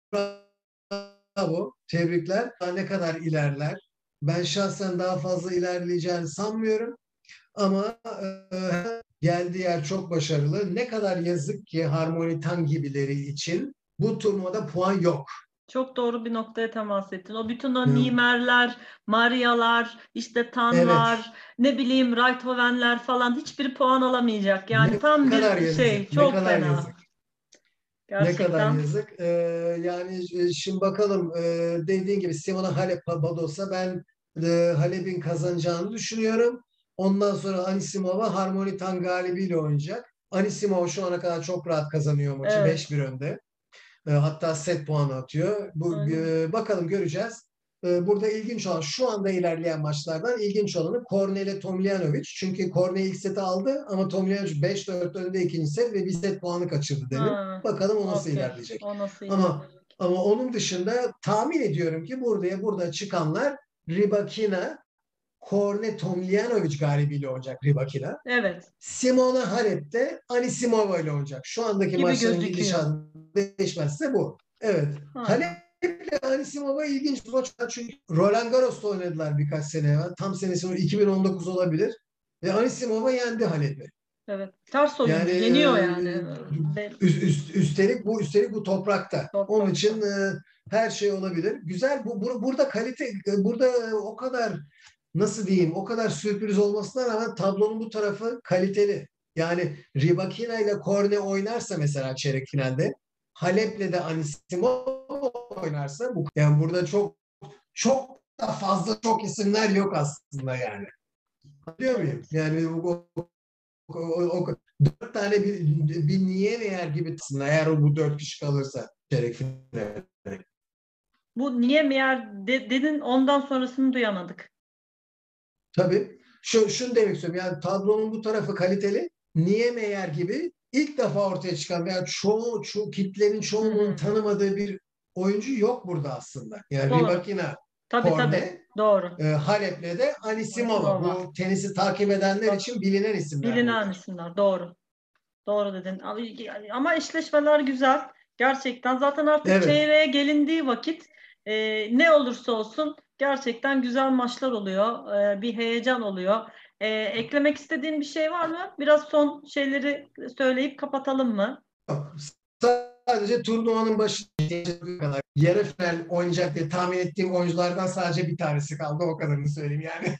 bravo. Tebrikler. Daha ne kadar ilerler? Ben şahsen daha fazla ilerleyeceğini sanmıyorum. Ama e, geldiği yer çok başarılı. Ne kadar yazık ki Harmony Tan gibileri için bu turnuvada puan yok.
Çok doğru bir noktaya temas ettin. O bütün o
Hı.
Niemer'ler, Maria'lar, işte
Evet.
Tan'lar, ne bileyim Raythoven'ler falan hiçbiri puan alamayacak. Yani
Ne
tam
kadar
bir şey,
yazık. Ne
çok
kadar
fena.
yazık. Ne kadar
Gerçekten.
yazık. Ee, yani e, şimdi bakalım e, dediğin gibi Simona Halep Bados'a ben e, Halep'in kazanacağını düşünüyorum. Ondan sonra Anisimova Harmony Tan galibiyle oynayacak. Anisimova şu ana kadar çok rahat kazanıyor maçı.
Evet.
beş bir önde. E, hatta set puanı atıyor. Bu
Aynen.
e, bakalım göreceğiz. E, burada ilginç olan şu anda ilerleyen maçlardan ilginç olanı Kornel'e Tomljanovic. Çünkü Korne ilk seti aldı ama Tomljanovic beş dört önde ikinci set ve bir set puanı kaçırdı demin.
Ha,
Bakalım o nasıl
okey.
ilerleyecek.
O nasıl
Ama
ilerleyecek?
ama onun dışında tahmin ediyorum ki buraya burada çıkanlar Rybakina, Korne Tomljanovic galibiyle olacak Rybakina.
Evet.
Simona Halep de Anisimova ile olacak. Şu andaki
Gibi
maçların
gözüküyor.
gidişatı değişmezse bu. Evet. Halep
Aynen.
ile Anisimova ilginç bir maç çünkü Roland Garros'ta oynadılar birkaç sene evvel. Tam senesi iki bin on dokuz olabilir. Ve Anisimova yendi Halep'i.
Evet. Ters oyuncu.
Yani
Yeniyor
e,
yani. Be-
üst, üst- üstelik bu üstelik bu toprakta. Onun
Toprakta.
için e, her şey olabilir. Güzel. Bu, bu- burada kalite e, burada e, o kadar nasıl diyeyim o kadar sürpriz olmasına rağmen tablonun bu tarafı kaliteli. Yani Rybakina ile Korne oynarsa mesela çeyrek finalde Halep'le de Anisimova oynarsa bu yani burada çok çok da fazla çok isimler yok aslında yani. Biliyor muyum?
Evet.
Yani o, o, o, o dört tane bir, bir niye eğer gibi aslında eğer o bu dört kişi kalırsa çeyrek finalde.
Bu niye meğer de- dedin ondan sonrasını duyamadık.
Tabii. Şu, şunu demek istiyorum. Yani tablonun bu tarafı kaliteli. Niye meğer gibi ilk defa ortaya çıkan veya çoğu, çoğu kitlenin
Hı
çoğunluğun
hı.
tanımadığı bir oyuncu yok burada aslında. Yani
Doğru.
Rybakina,
Tabii tabii.
Korne,
Doğru.
e, Halep'le de Anisimova.
Anisimova.
Bu tenisi takip edenler
Tabii.
için bilinen isimler
Bilinen
bunlar.
isimler. Doğru. Doğru dedin. Ama eşleşmeler güzel. Gerçekten. Zaten artık
Evet.
çeyreğe gelindiği vakit e, ne olursa olsun gerçekten güzel maçlar oluyor. E, bir heyecan oluyor. E, eklemek istediğin bir şey var mı? Biraz son şeyleri söyleyip kapatalım mı?
Sadece turnuvanın başı ciddi kadar yarı final oynayacak diye tahmin ettiğim oyunculardan sadece bir tanesi kaldı. O kadarını söyleyeyim yani.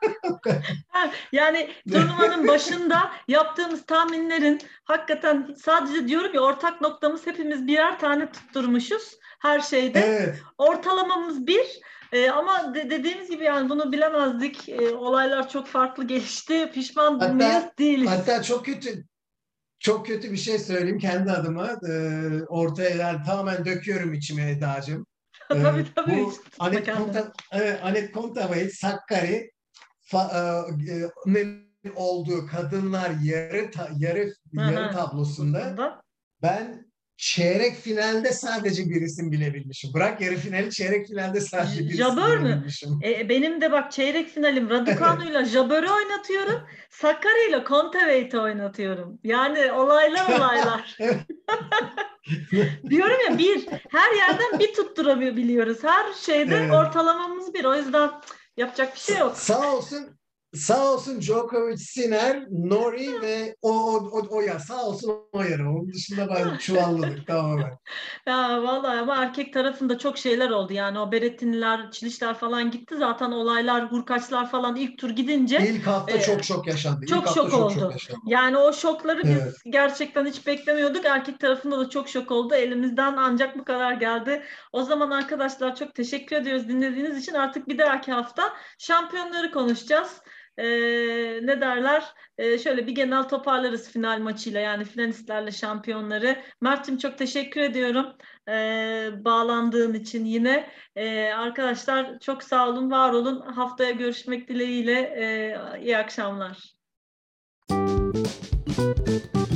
Yani turnuvanın başında yaptığımız tahminlerin hakikaten sadece diyorum ya ortak noktamız hepimiz birer tane tutturmuşuz her şeyde.
Evet.
Ortalamamız bir e, ama de, dediğimiz gibi yani bunu bilemezdik. E, olaylar çok farklı gelişti. Pişman
Hatta,
mıyız? Değiliz.
Hatta çok kötü çok kötü bir şey söyleyeyim kendi adıma. E, ortaya yani tamamen döküyorum içime Eda'cığım. E,
tabii tabii.
Bu Anet Konta, evet, Anet Kontaveit, Sakkari fa, e, olduğu kadınlar yarı ta, yarı yarı tablosunda ben çeyrek finalde sadece bir isim bilebilmişim. Bırak yarı finali, çeyrek finalde sadece bir isim
Jabeur mü?
bilebilmişim.
E, benim de bak çeyrek finalim Raducanu'yla Jabeur'ü oynatıyorum. Sakkari'yle Kontaveit'i oynatıyorum. Yani olaylar olaylar. Diyorum ya bir, her yerden bir tutturabiliyoruz. Her şeyde
Evet.
Ortalamamız bir. O yüzden yapacak bir şey yok.
Sağ olsun. Sağ olsun Djokovic, Sinner, Nori ve o, o, o, o ya sağ olsun o yarı. Onun dışında ben çuvalladık tamamen.
Ya vallahi ama erkek tarafında çok şeyler oldu. Yani o Berrettiniler, Çilişler falan gitti. Zaten olaylar, Hurkaçlar falan ilk tur gidince.
İlk hafta e, çok şok yaşandı.
Çok
İlk
şok
hafta
oldu.
Çok şok yaşandı.
Yani o şokları biz
evet.
gerçekten hiç beklemiyorduk. Erkek tarafında da çok şok oldu. Elimizden ancak bu kadar geldi. O zaman arkadaşlar çok teşekkür ediyoruz dinlediğiniz için. Artık bir dahaki hafta şampiyonları konuşacağız. Ee, ne derler? Ee, şöyle bir genel toparlarız final maçıyla yani finalistlerle şampiyonları. Mert'cim çok teşekkür ediyorum ee, bağlandığın için yine. Ee, arkadaşlar çok sağ olun, var olun. Haftaya görüşmek dileğiyle. Ee, iyi akşamlar.